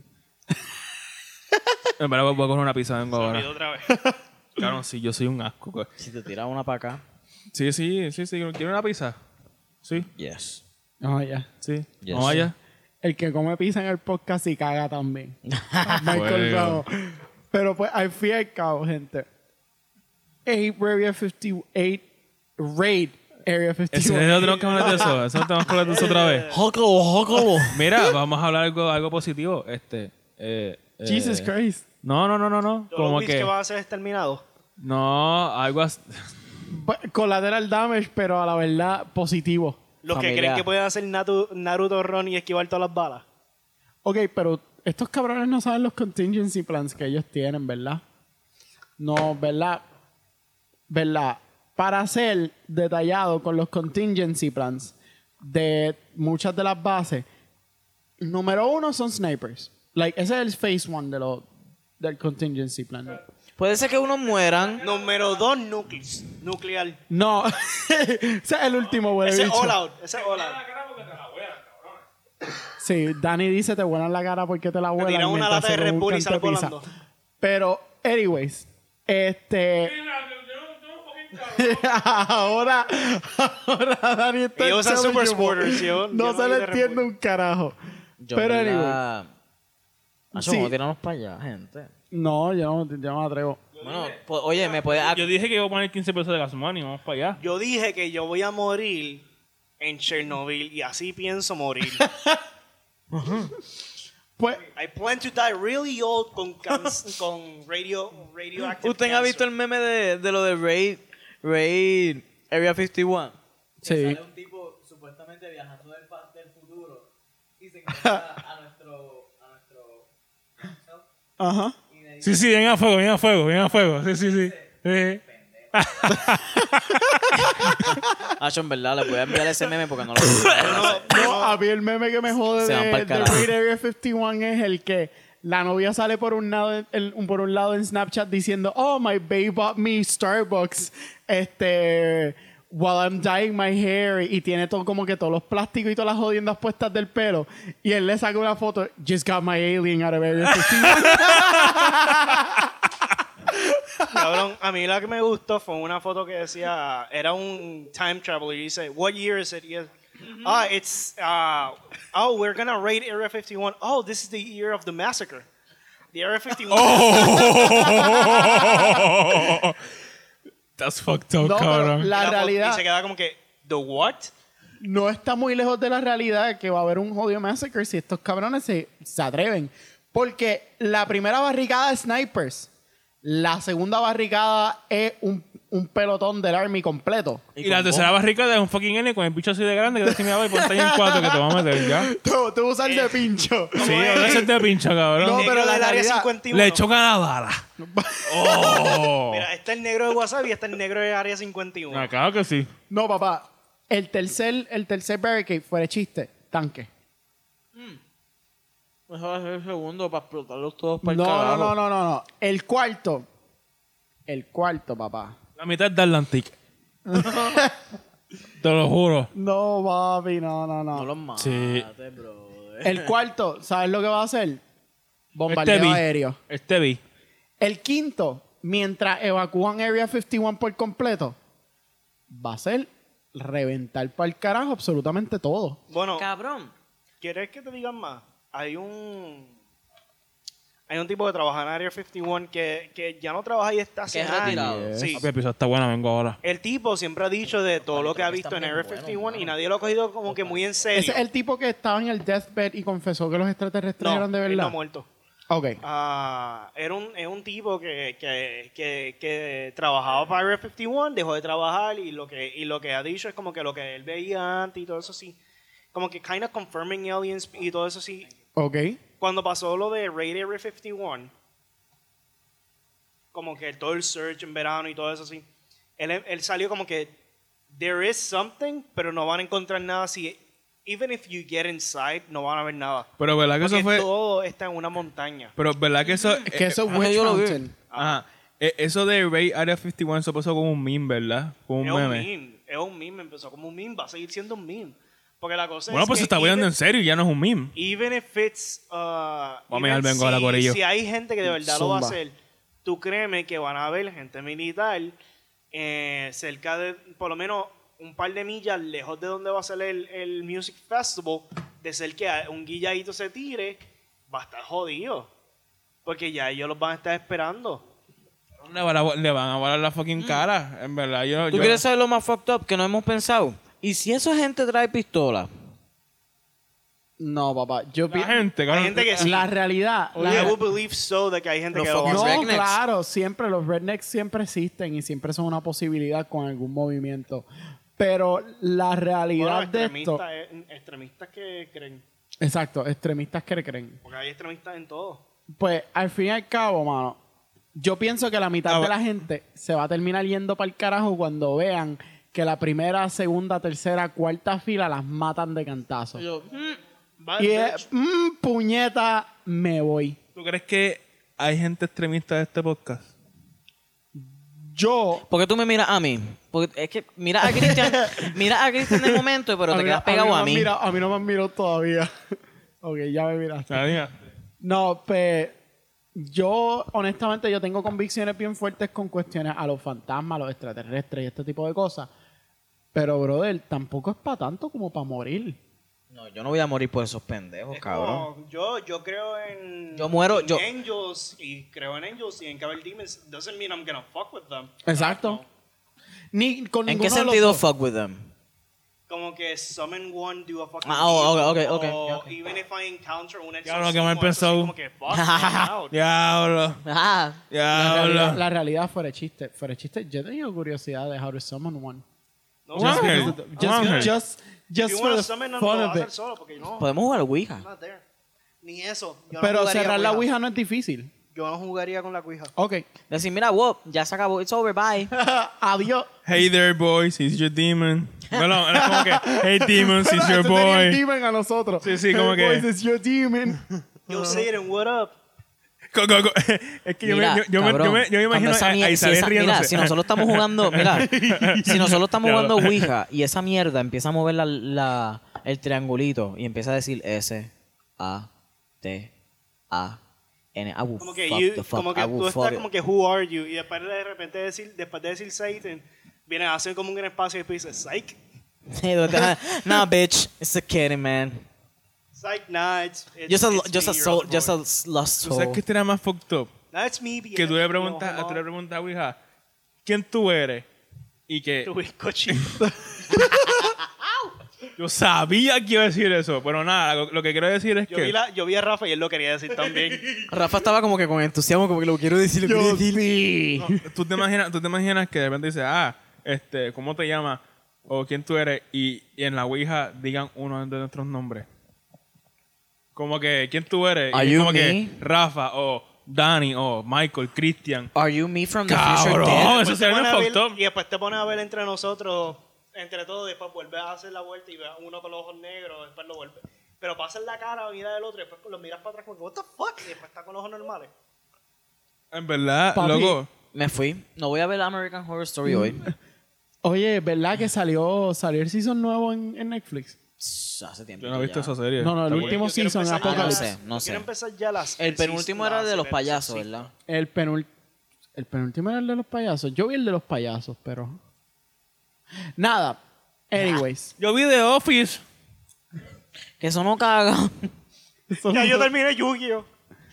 En verdad voy a coger una pizza, vengo Se ahora. olvidó otra vez. Claro, sí, yo soy un asco. co- Si te tiras una para acá. Sí, sí, sí, sí. ¿Quiere una pizza? Sí, Yes. Oh, ya. sí. Yes. Vamos allá. El que come pizza en el podcast y caga también. Michael Fuego. Ramos. Pero pues al fin y al cabo, gente. Eight Area cincuenta y ocho. Raid Area cincuenta y Ese uno. no tenemos que hablar de eso. Eso no tenemos que hablar de eso otra vez. ¡Jócalo, jócalo! Mira, vamos a hablar algo, algo positivo. Este. Eh, eh, Jesus Christ. No, no, no, no, no. Todos los Como bits que. que van a ser exterminados. No, algo así. Pues, collateral damage, pero a la verdad positivo. Los que Familiar. creen que pueden hacer Natu- Naruto Run y esquivar todas las balas. Ok, pero estos cabrones no saben los contingency plans que ellos tienen, ¿verdad? No, ¿verdad? ¿Verdad? Para ser detallado con los contingency plans de muchas de las bases, número uno son snipers. Like, ese es el phase one de lo, del contingency plan. Puede ser que unos mueran. Número dos, nuclear. Nuclear. No, ese es el último, güey. Ese es all out. Ese es all out. Sí, Dani dice te vuelan la cara porque te la vuelan. tiran una mientras lata de se Red Bull y buscan sale te pisa. volando. Pero, anyways, este... ahora, ahora Dani está Ellos usan en super Chavo, sporters, yo- no yo se no le vi de Red entiende Bull. un carajo. Yo, Pero, ¿verdad? anyway. Nacho, Sí. ¿cómo tiramos para allá, gente? No, yo no, yo no me atrevo. Bueno, pues, oye, me puede... Yo dije que iba a poner quince pesos de gas money, vamos para allá. Yo dije que yo voy a morir en Chernobyl y así pienso morir. Pues, I plan to die really old con, cans- con radio, radioactive ¿Usted ha cancer. visto el meme de, de lo de Raid, Raid Area cincuenta y uno? sí. Sale un tipo supuestamente viajando del, pa- del futuro y se encuentra a nuestro... A nuestro Ajá. y me dice, Sí, sí, ven a fuego, ven a fuego, ven a fuego. Sí, sí, sí. Sí. Nacho, en verdad, le voy a enviar ese meme porque no lo puedo. No, a mí el meme que me jode Se van de, pa'l de carajo. Raid Area cincuenta y uno es el que la novia sale por un lado en, por un lado en Snapchat diciendo, oh, my babe bought me Starbucks, este, while I'm dyeing my hair, y tiene todo como que todos los plásticos y todas las jodiendas puestas del pelo, y él le saca una foto, just got my alien out of Area cincuenta y uno. Cabrón, a mí la que me gustó fue una foto que decía, era un time traveler y dice, what year is it? Y es, ah, it's, uh, oh, we're gonna raid Area cincuenta y uno. Oh, this is the year of the massacre. The Area cincuenta y uno. Oh. That's fucked up, No, pero cabrón. la Y foto- realidad Y se queda como que, the what? no está muy lejos de la realidad que va a haber un jodido massacre si estos cabrones se, se atreven. Porque la primera barricada es snipers. La segunda barricada es un, un pelotón del Army completo. Y la tercera barricada es un fucking N con el bicho así de grande que te dice, mira, y ponte ahí en cuatro que te va a meter ya. Tú, tú usas el de pincho. Sí, ahora se te pincha, cabrón. No, El pero negro la del área realidad- cincuenta y uno. Le chocan la bala. Oh. Mira, está el negro de WhatsApp y está el negro de Área cincuenta y uno. Ah, claro que sí. No, papá. El tercer, el tercer barricade, fuera de chiste, tanque. Eso va a ser el segundo para explotarlos todos para el No, no, carajo. no, no, no, no. El cuarto. El cuarto, papá. La mitad de Atlantic. Te lo juro. No, papi, no, no, no. No los mates, Sí. brother. El cuarto, ¿sabes lo que va a hacer? Bombardeo Este vi. aéreo. Este vi. El quinto, mientras evacúan Area cincuenta y uno por completo, va a ser reventar para el carajo absolutamente todo. Bueno, Cabrón. ¿quieres que te digan más? Hay un... Hay un tipo que trabaja en Área cincuenta y uno que, que ya no trabaja y está hace Que es retirado. años. Sí. Papi, el episodio está buena, vengo ahora. El tipo siempre ha dicho de todo lo que ha creo que visto está en bien Area bueno, cincuenta y uno y mano. nadie lo ha cogido como que muy en serio. Ese es el tipo que estaba en el deathbed y confesó que los extraterrestres no, eran de él verdad. no ha muerto. Ok. Ah, era un, es un tipo que, que, que, que trabajaba para Area cincuenta y uno, dejó de trabajar y lo que y lo que ha dicho es como que lo que él veía antes y todo eso sí. Como que kind of confirming aliens y todo eso sí. Ok. Cuando pasó lo de Raid Area cincuenta y uno, como que todo el search en verano y todo eso así, él, él salió como que there is something, pero no van a encontrar nada si even if you get inside, no van a ver nada. Pero verdad que Porque eso fue... todo está en una montaña. Pero verdad que eso... Que eh, eso es ah, Witch yo lo vi. Mountain. Ajá. Eh, Eso de Raid Area cincuenta y uno, eso pasó como un meme, ¿verdad? Como un Es un meme. meme, es un meme, empezó como un meme, va a seguir siendo un meme. Porque la cosa Bueno, es pues que se está viendo even- en serio y ya no es un meme. Even if it's... Uh, Vamos a even mirar, vengo a la si- corillo. Si hay gente que de verdad lo va a Zumba. hacer, tú créeme que van a ver gente militar eh, cerca de, por lo menos, un par de millas lejos de donde va a ser el, el Music Festival, de ser que un guilladito se tire, va a estar jodido. Porque ya ellos los van a estar esperando. Le van a, le van a volar la fucking cara. En verdad, yo... ¿Tú yo- quieres saber lo más fucked up que no hemos pensado? ¿Y si esa gente trae pistola? No, papá. Yo La pi- gente, Hay cabrón. gente que sí. La realidad. la- I will believe so de que hay gente Los que lo va a fucking hacer. No, rednecks. claro, siempre los rednecks siempre existen y siempre son una posibilidad con algún movimiento. Pero la realidad Bueno, de esto, extremistas, eh, extremistas que creen. exacto, extremistas que creen. Porque hay extremistas en todo. Pues al fin y al cabo, mano, yo pienso que la mitad Ah, de va- la gente se va a terminar yendo para el carajo cuando vean que la primera, segunda, tercera, cuarta fila las matan de cantazo. Yo, mm, Bad Y bitch. es, mm, puñeta, me voy. ¿Tú crees que hay gente extremista de este podcast? Yo... ¿Por qué tú me miras a mí? Porque es que mira a Cristian, mira a Cristian de momento, pero a te mí- quedas pegado no a me mí. han mirado- a mí no me han mirado todavía. Ok, ya me miraste. ¿Sabías? No, pues yo, honestamente, yo tengo convicciones bien fuertes con cuestiones a los fantasmas, a los extraterrestres y este tipo de cosas. Pero, brother, tampoco es para tanto como para morir. No, yo no voy a morir por esos pendejos, Es cabrón. como, yo, yo creo en... Yo muero, en yo- Angels, y creo en angels y en caber demons. Doesn't mean I'm gonna fuck with them. Exacto. No. Ni con ¿En ninguno qué de los sentido dos. fuck with them? Como que summon one, do a fucking Ah, oh, deal, ok, ok, ok, o ok. even if I encounter un Ya lo que me empezó. Como que fuck, I'm out. Diablo. Ah, La realidad, Diablo. la realidad fuera de chiste. Fuera de chiste, yo he tenido curiosidad de how to summon one. No, Un no, ángel. no. Just, Un ángel. just, If just you for wanna the summon, no lo fun vas a of hacer it. solo, porque no, podemos jugar Ouija. I'm not there. Ni eso. Yo no Pero jugaría cerrar la Ouija no es difícil. Yo no jugaría con la Ouija. Ok. Decir, mira, wow, ya se acabó, it's over, bye. Adiós. Hey there, boys, it's your demon. Bueno, era como que, hey demons, it's your Ese sería el boy. demon a nosotros. Sí, sí, como Hey, que- boys, it's your demon. Yo Satan, what up? Co- co- co- Es que yo me, Mira, yo, yo me, cabrón, yo me, yo me cuando imagino esa a, mier- a si Isabel esa- riéndose. Mira, si nosotros estamos jugando, mira, si nosotros estamos Ya jugando lo- Ouija y esa mierda empieza a mover la, la- el triangulito y empieza a decir S, A, T, A, N, I will Como que, fuck you- the fuck, como que I tú will estás fuck como it. que, who are you? Y después de repente decir, después de decir Satan, viene a hacer como un espacio y después dice, psych. Sí, tú te- nah, bitch, it's a kidding, man. Psych, nah, it's, it's, Just a, it's just a me, your soul, other just a boy. lost ¿Tú soul. sabes qué estaría más fucked up? Nah, it's me being Que tú le you know, preguntas, homo. tú le preguntas a Ouija, ¿quién tú eres? Y que Tu bizcochito. yo sabía que iba a decir eso, pero nada, lo, lo que quiero decir es Yo que vi, la, yo vi a Rafa y él lo quería decir también. Rafa estaba como que con entusiasmo, como que lo quiero decir, lo quiero decir. sí. no, tú te imaginas, tú te imaginas que de repente dices, ah, este, ¿cómo te llamas? O quién tú eres, y, y en la Ouija digan uno de nuestros nombres. Como que, ¿quién tú eres? Are y es you como me? que Rafa, o Danny, o Michael, Christian. Are you me from the future Cabrón, dead? eso Después te sería pones a fucked ver- up. y después te pones a ver entre nosotros, entre todos, y después vuelves a hacer la vuelta y ves a uno con los ojos negros, después lo vuelves. Pero pasas la cara, mira del otro, y después lo miras para atrás como que, what the fuck, y después está con los ojos normales. En verdad, Papi. loco. Me fui. No voy a ver American Horror Story hoy. Oye, ¿verdad que salió, salió el season nuevo en, en Netflix? Hace tiempo. Yo no he visto esa serie. No, no, el Está último Yo quiero season, empezar ya Apocalypse. las- No sé, no yo sé. Quiero empezar ya las... El penúltimo era el de los las- payasos, sí. ¿verdad? El, penul el penúltimo era el de los payasos. Yo vi el de los payasos, pero... Nada. Anyways. Yo vi The Office. Que eso no caga. Eso, Ya yo terminé Yu-Gi-Oh!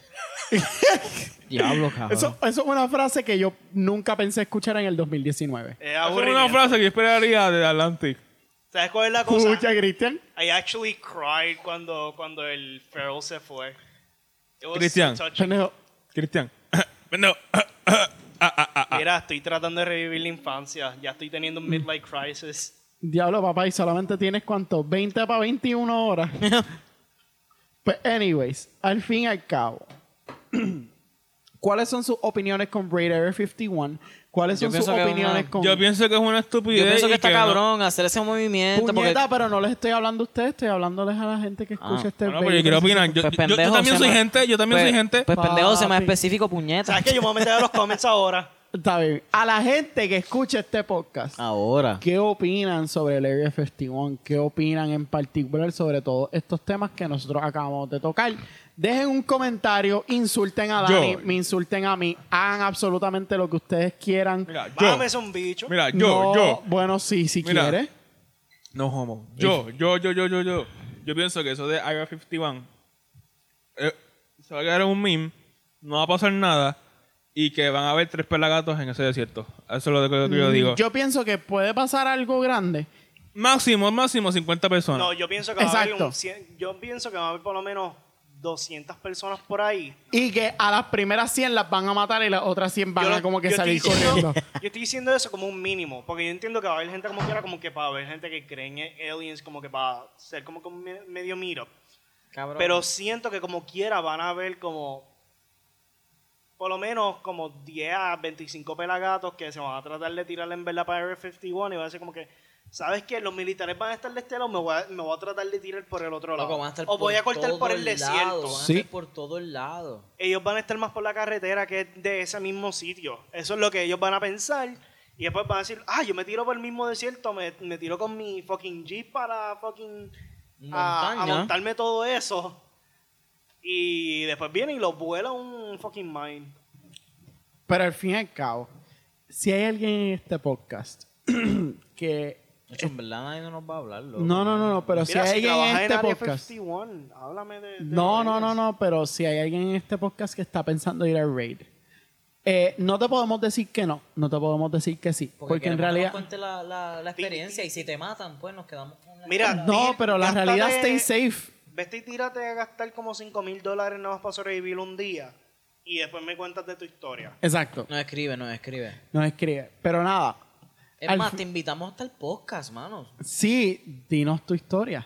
Diablo, cabrón. eso, eso es una frase que yo nunca pensé escuchar en el dos mil diecinueve. Es Esa es una aburrimiento. frase que yo esperaría de Atlantic. ¿Sabes cuál es la cosa? Escucha, Cristian. I actually cried cuando, cuando el Feral se fue. It was Cristian. so touching. Pendejo. Cristian. No. Mira, estoy tratando de revivir la infancia. Ya estoy teniendo un midlife crisis. Diablo, papá, y solamente tienes cuánto? veinte para veintiuna horas. Pues, anyways, al fin y al cabo, ¿cuáles son sus opiniones con Raid Area cincuenta y uno? ¿Cuáles Yo son sus pienso que es opiniones una- con... Yo pienso que es una estupidez. Yo pienso y que está no- cabrón hacer ese movimiento. porque- Puñeta, pero no les estoy hablando a ustedes, estoy hablándoles a la gente que escucha Ah, este Bueno, pero Raid yo quiero Area opinar. Yo, Pues yo- yo pendejo, también se soy llama- gente. Yo también Pues- soy gente. Pues pendejo, se más Papi. específico, puñeta. ¿Sabes qué? Yo me voy a meter a los comments ahora. Está bien. A la gente que escucha este podcast, Ahora. ¿qué opinan sobre el Area cincuenta y uno? ¿Qué opinan en particular sobre todos estos temas que nosotros acabamos de tocar? Dejen un comentario, insulten a Dani, Yo. me insulten a mí, hagan absolutamente lo que ustedes quieran. Mira, yo. Bájame es un bicho. Mira, yo, No, yo. Bueno, sí, si Mira. quieres. No homo. Yo, yo, yo, yo, yo, yo. Yo pienso que eso de Area cincuenta y uno eh, se va a quedar en un meme, no va a pasar nada y que van a haber tres pelagatos en ese desierto. Eso es lo que yo digo. Mm, Yo pienso que puede pasar algo grande. Máximo, máximo cincuenta personas. No, yo pienso que va a haber Exacto. un cien- yo pienso que va a haber por lo menos doscientas personas por ahí. Y que a las primeras cien las van a matar y las otras cien van Yo a lo- como que yo salir estoy diciendo- corriendo. Yo estoy diciendo eso como un mínimo, porque yo entiendo que va a haber gente como quiera, como que para haber gente que cree en aliens, como que para ser como, como me- medio meetup. Cabrón. Pero siento que como quiera van a haber como por lo menos como diez a veinticinco pelagatos que se van a tratar de tirar en verdad para Area cincuenta y uno y va a ser como que ¿sabes qué? Los militares van a estar de este lado, me voy a, me voy a tratar de tirar por el otro lado. Loco, van a estar o voy por a cortar todo por el lado, desierto. Van a Sí. estar por todos lados. Ellos van a estar más por la carretera que de ese mismo sitio. Eso es lo que ellos van a pensar. Y después van a decir, ah, yo me tiro por el mismo desierto, me, me tiro con mi fucking jeep para fucking a, a Montaña. montarme todo eso. Y después viene y los vuela un fucking mine. Pero al fin y al cabo, si hay alguien en este podcast que... De hecho, en verdad nadie nos va a hablar, loco. No, no, no, no, pero si Mira, hay si alguien trabajas en en este Área podcast... cincuenta y uno, háblame de... de No, no, no, ellos. no, pero si hay alguien en este podcast que está pensando ir al raid, eh, no te podemos decir que no, no te podemos decir que sí, Porque, porque en queremos que realidad... nos cuente la, la, la experiencia y si te matan, pues nos quedamos con la Mira, No, Ti- pero la gástate- realidad stay safe. Vete y tírate a gastar como cinco mil dólares nada más para sobrevivir un día. Y después me cuentas de tu historia. Exacto, Nos escribe, nos escribe. nos escribe. Pero nada, Es Al más, fi- te invitamos hasta el podcast, manos. sí, dinos tu historia.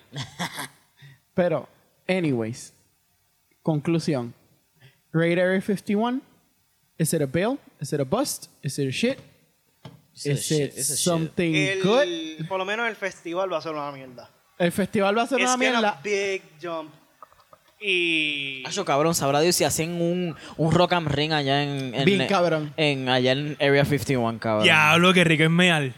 Pero, anyways, conclusión. Raid Area cincuenta y uno, is it a bill? Is it a bust? Is it a shit? It's a Is shit, it it's a shit. something good? El, por lo menos el festival va a ser una mierda. El festival va a ser Es una que mierda. big jump. Y... Acho, cabrón, sabrá Dios si hacen un, un rock and ring allá en, en Bien cabrón. en allá en Area cincuenta y uno, cabrón. Diablo, qué rico es meal.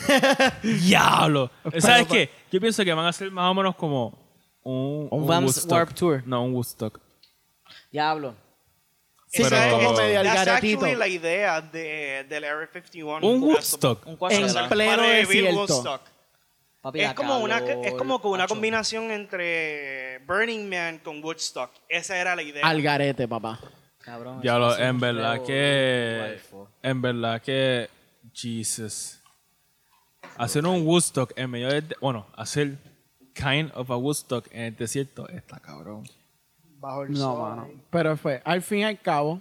Diablo. Pero, ¿Sabes pa- qué? Yo pienso que van a ser más o menos como un, Un Vans Woodstock. Warped Tour. No, un Woodstock. Diablo. Sí, Pero- es como medio al That's garetito. actually la idea de, del Area cincuenta y uno. Un Woodstock. Un En Coachella. pleno Para revivir desierto. Woodstock. Papi, Es la como, una, calor, es como que una acho. combinación entre Burning Man con Woodstock. Esa era la idea. Al garete, papá. Cabrón, Diablo, eso es en un verdad revolú, que... waifu. En verdad que... Jesus. Hacer un Woodstock en medio del... de- Bueno, hacer kind of a Woodstock en el desierto está cabrón. Bajo el No, sol. mano. Pero fue, al fin y al cabo,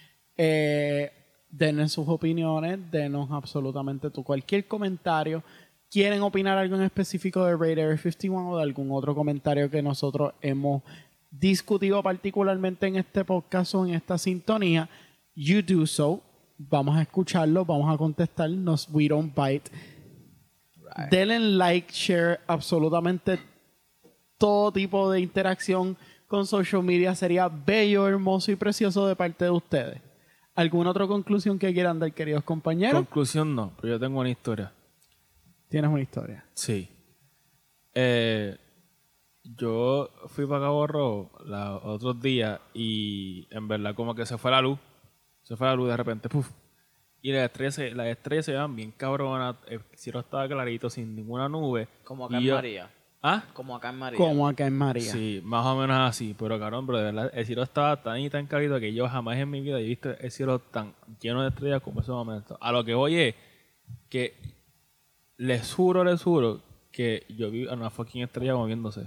eh, denos sus opiniones, denos absolutamente tu cualquier comentario. ¿Quieren opinar algo en específico de Raid Area cincuenta y uno o de algún otro comentario que nosotros hemos discutido particularmente en este podcast o en esta sintonía? You do so. Vamos a escucharlo, vamos a contestarnos. We don't bite. Denle like, share, absolutamente todo tipo de interacción con social media sería bello, hermoso y precioso de parte de ustedes. ¿Alguna otra conclusión que quieran dar, queridos compañeros? Conclusión no, pero yo tengo una historia. Tienes una historia. Sí. Eh, yo fui para Cabo Rojo los otros días y en verdad como que se fue la luz. Se fue la luz de repente, puf. Y las estrellas, se- las estrellas se veían bien cabronas. El cielo estaba clarito, sin ninguna nube. Como acá Y en yo- María. ¿Ah? Como acá en María. Como acá en María. Sí, más o menos así. Pero cabrón, pero de verdad, el cielo estaba tan y tan clarito que yo jamás en mi vida he visto el cielo tan lleno de estrellas como ese momento. A lo que voy es que les juro, les juro que yo vi a una fucking estrella moviéndose.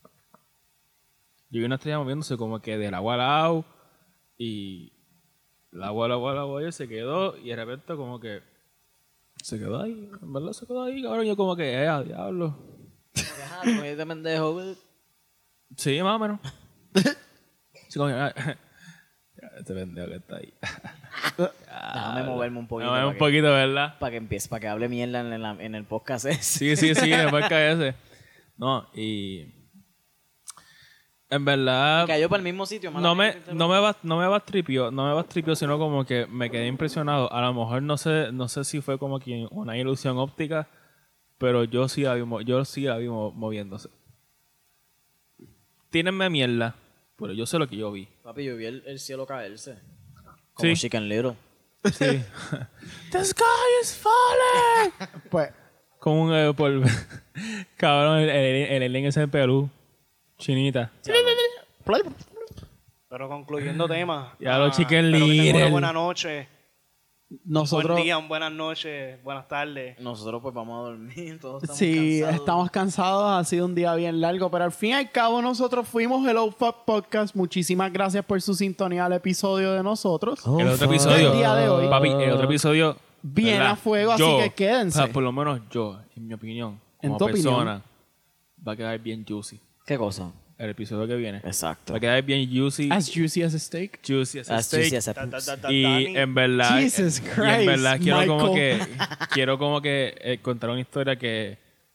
Yo vi una estrella moviéndose como que del agua al agua y el agua, el agua, el agua y se quedó y de repente como que se quedó ahí. En verdad se quedó ahí, cabrón. Yo como que, eh, a diablo. Ajá, como yo te pendejo, güey. Sí, más o menos. Sí, como que, ah, este pendejo que está ahí. Déjame moverme un poquito. Me mueve para un que- poquito, ¿verdad? Para que empiece, para que hable mierda en, la- en el podcast ese. Sí, sí, sí, me marca ese. No, y... En verdad... Cayó para el mismo sitio. mala No mía me, que te no me va, no me va tripio, no me va tripio, sino como que me quedé impresionado. A lo mejor no sé, no sé si fue como que una ilusión óptica, pero yo sí la vi, mo- yo sí la vi mo- moviéndose. Tínenme mierda, pero yo sé lo que yo vi. Papi, yo vi el, el cielo caerse. Como Sí. Chicken Little. Sí. The sky is falling. Pues, Como un eh, por cabrón el, el, el alien ese en Perú. Chinita. Pero concluyendo tema. Ya lo chicken espero que tengan little. una buena noche. nosotros... Buen día, buenas noches, buenas tardes. Nosotros pues vamos a dormir. Todos estamos Sí, cansados. estamos cansados, ha sido un día bien largo, pero al fin y al cabo nosotros fuimos Hello Fuck Podcast. Muchísimas gracias por su sintonía al episodio de nosotros. El otro episodio. El día de hoy. Papi, el otro episodio. Viene ¿verdad? a fuego, así Yo, que quédense. O sea, por lo menos yo, en mi opinión, En como tu opinión. persona, va a quedar bien juicy. ¿Qué cosa? El episodio que viene. Exacto. Va a quedar bien juicy. As juicy as a steak. Juicy as a As steak. juicy as a Da, da, pussy. da, da, Y Dani. en verdad, Jesus y en Christ, verdad quiero como que Michael. quiero como que eh, contar una historia que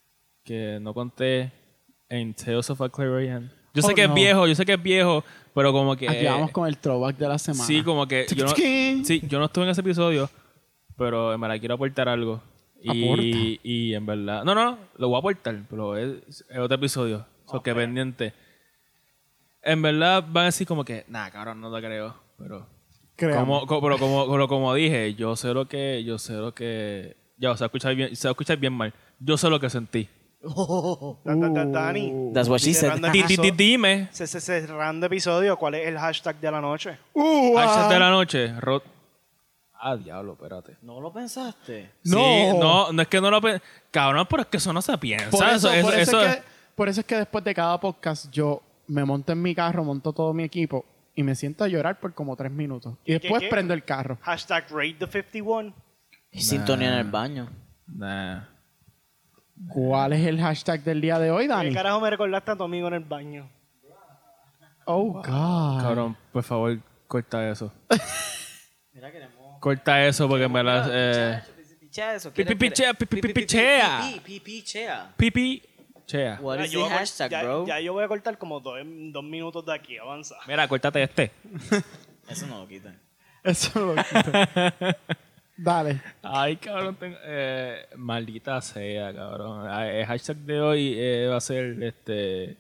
que no conté en Tales of a Clarion. Yo Oh, sé que no. es viejo, yo sé que es viejo, pero como que... Aquí vamos con el throwback de la semana. Sí, como que yo no, Tsk-tsk. sí, yo no estuve en ese episodio, pero en verdad quiero aportar algo. Aporta. Y, y en verdad... No, no, lo voy a aportar, pero es, es otro episodio. So que Ok. pendiente. En verdad van a decir como que, nah, cabrón, no te creo. Pero Créame. como, co- pero como, pero como dije, yo sé lo que... Yo sé lo que... Ya, o sea, escuchar bien, se va a escuchar bien mal. Yo sé lo que sentí. Da- da- da- Dani, That's what she said. cerrando Di- di- di- episodio- Dime. se- se- cerrando episodio, ¿cuál es el hashtag de la noche? Uh, Hashtag ah. de la noche. Rod... Ah, diablo, espérate. ¿No lo pensaste? No. Sí, no, no es que no lo... pe- Cabrón, pero es que eso no se piensa. Por eso, eso, por, eso eso- es que, por eso es que después de cada podcast yo me monto en mi carro, monto todo mi equipo y me siento a llorar por como tres minutos. Y después qué? prendo el carro. Hashtag rate the fifty-one. Y sintonía en el baño. Nah. ¿Cuál es el hashtag del día de hoy, ¿Qué Dani? carajo me recordaste a tu amigo en el baño? Oh, God. Cabrón, por favor, corta eso. Mira, queremos... Corta eso porque en verdad... Eh, Pichea eso. Pi- pi- pichea, pi- pi- pi- pichea. Pi- pi- pichea. pipi, chea. What Ya, is yo the voy a cort- hashtag, ya- bro? Ya yo voy a cortar como dos, dos minutos de aquí, avanza. Mira, córtate este. Eso no lo quitan. Eso lo quito. Dale. Ay, cabrón, tengo- eh, maldita sea, cabrón. Ah, El hashtag de hoy eh, va a ser este...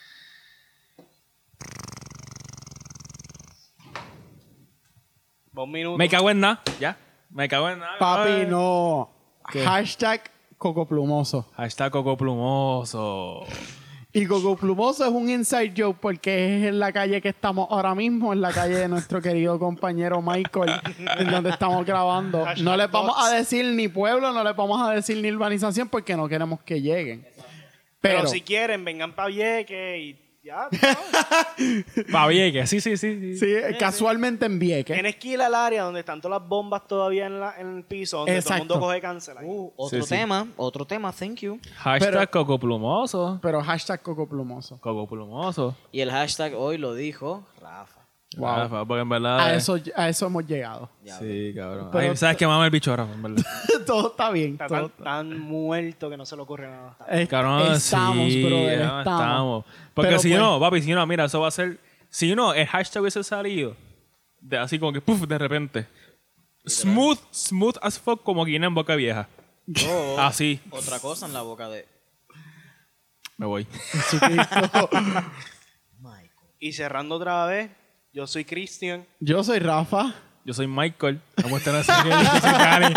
Dos minutos. Me cago en nada, ya. Me cago en nada. Papi, cabrón. no. ¿Qué? Hashtag Coco Plumoso. Hashtag Coco Plumoso. Y Coco Plumoso es un inside joke porque es en la calle que estamos ahora mismo, en la calle de nuestro querido compañero Michael, en donde estamos grabando. Hashtag No le vamos bots. a decir ni pueblo, no le vamos a decir ni urbanización porque no queremos que lleguen. Pero, Pero, si quieren, vengan para Vieques y ya. ¿no? Pa' Vieques, sí, sí, sí. sí. sí, casualmente en Vieques. Tienes que ir al área donde están todas las bombas todavía en, la, en el piso, donde todo el Exacto. mundo coge cáncer. ahí. Uh, otro Sí, sí. tema, otro tema, thank you. Hashtag Pero- Coco Plumoso. Pero hashtag Coco Plumoso. Coco Plumoso. Y el hashtag hoy lo dijo Rafa. Wow. Rafa, porque en verdad... A eh, eso, a eso hemos llegado. Ya Sí, cabrón. Pero- Ay, ¿sabes qué mama el bicho Rafa, en verdad? Todo está bien. Está todo- tan, tan muerto que no se le ocurre nada. Es- Cabrón, estamos, sí, brother, no, estamos. Porque Pero si pues- no, papi, si no, mira, eso va a ser... Si no, el hashtag hubiese salido de así como que, puff, de repente. Smooth, smooth as fuck como guinea en boca vieja. Oh, Así. Otra cosa en la boca de Me voy. Jesucristo. Michael. Y cerrando otra vez, yo soy Cristian. Yo soy Rafa. Yo soy Michael. Vamos a estar así. Yo soy Cani.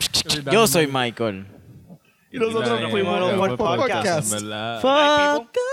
Yo soy Michael. Y nosotros Dale, fuimos los los World Podcast. Podcast. En verdad. Bye, people. Fuck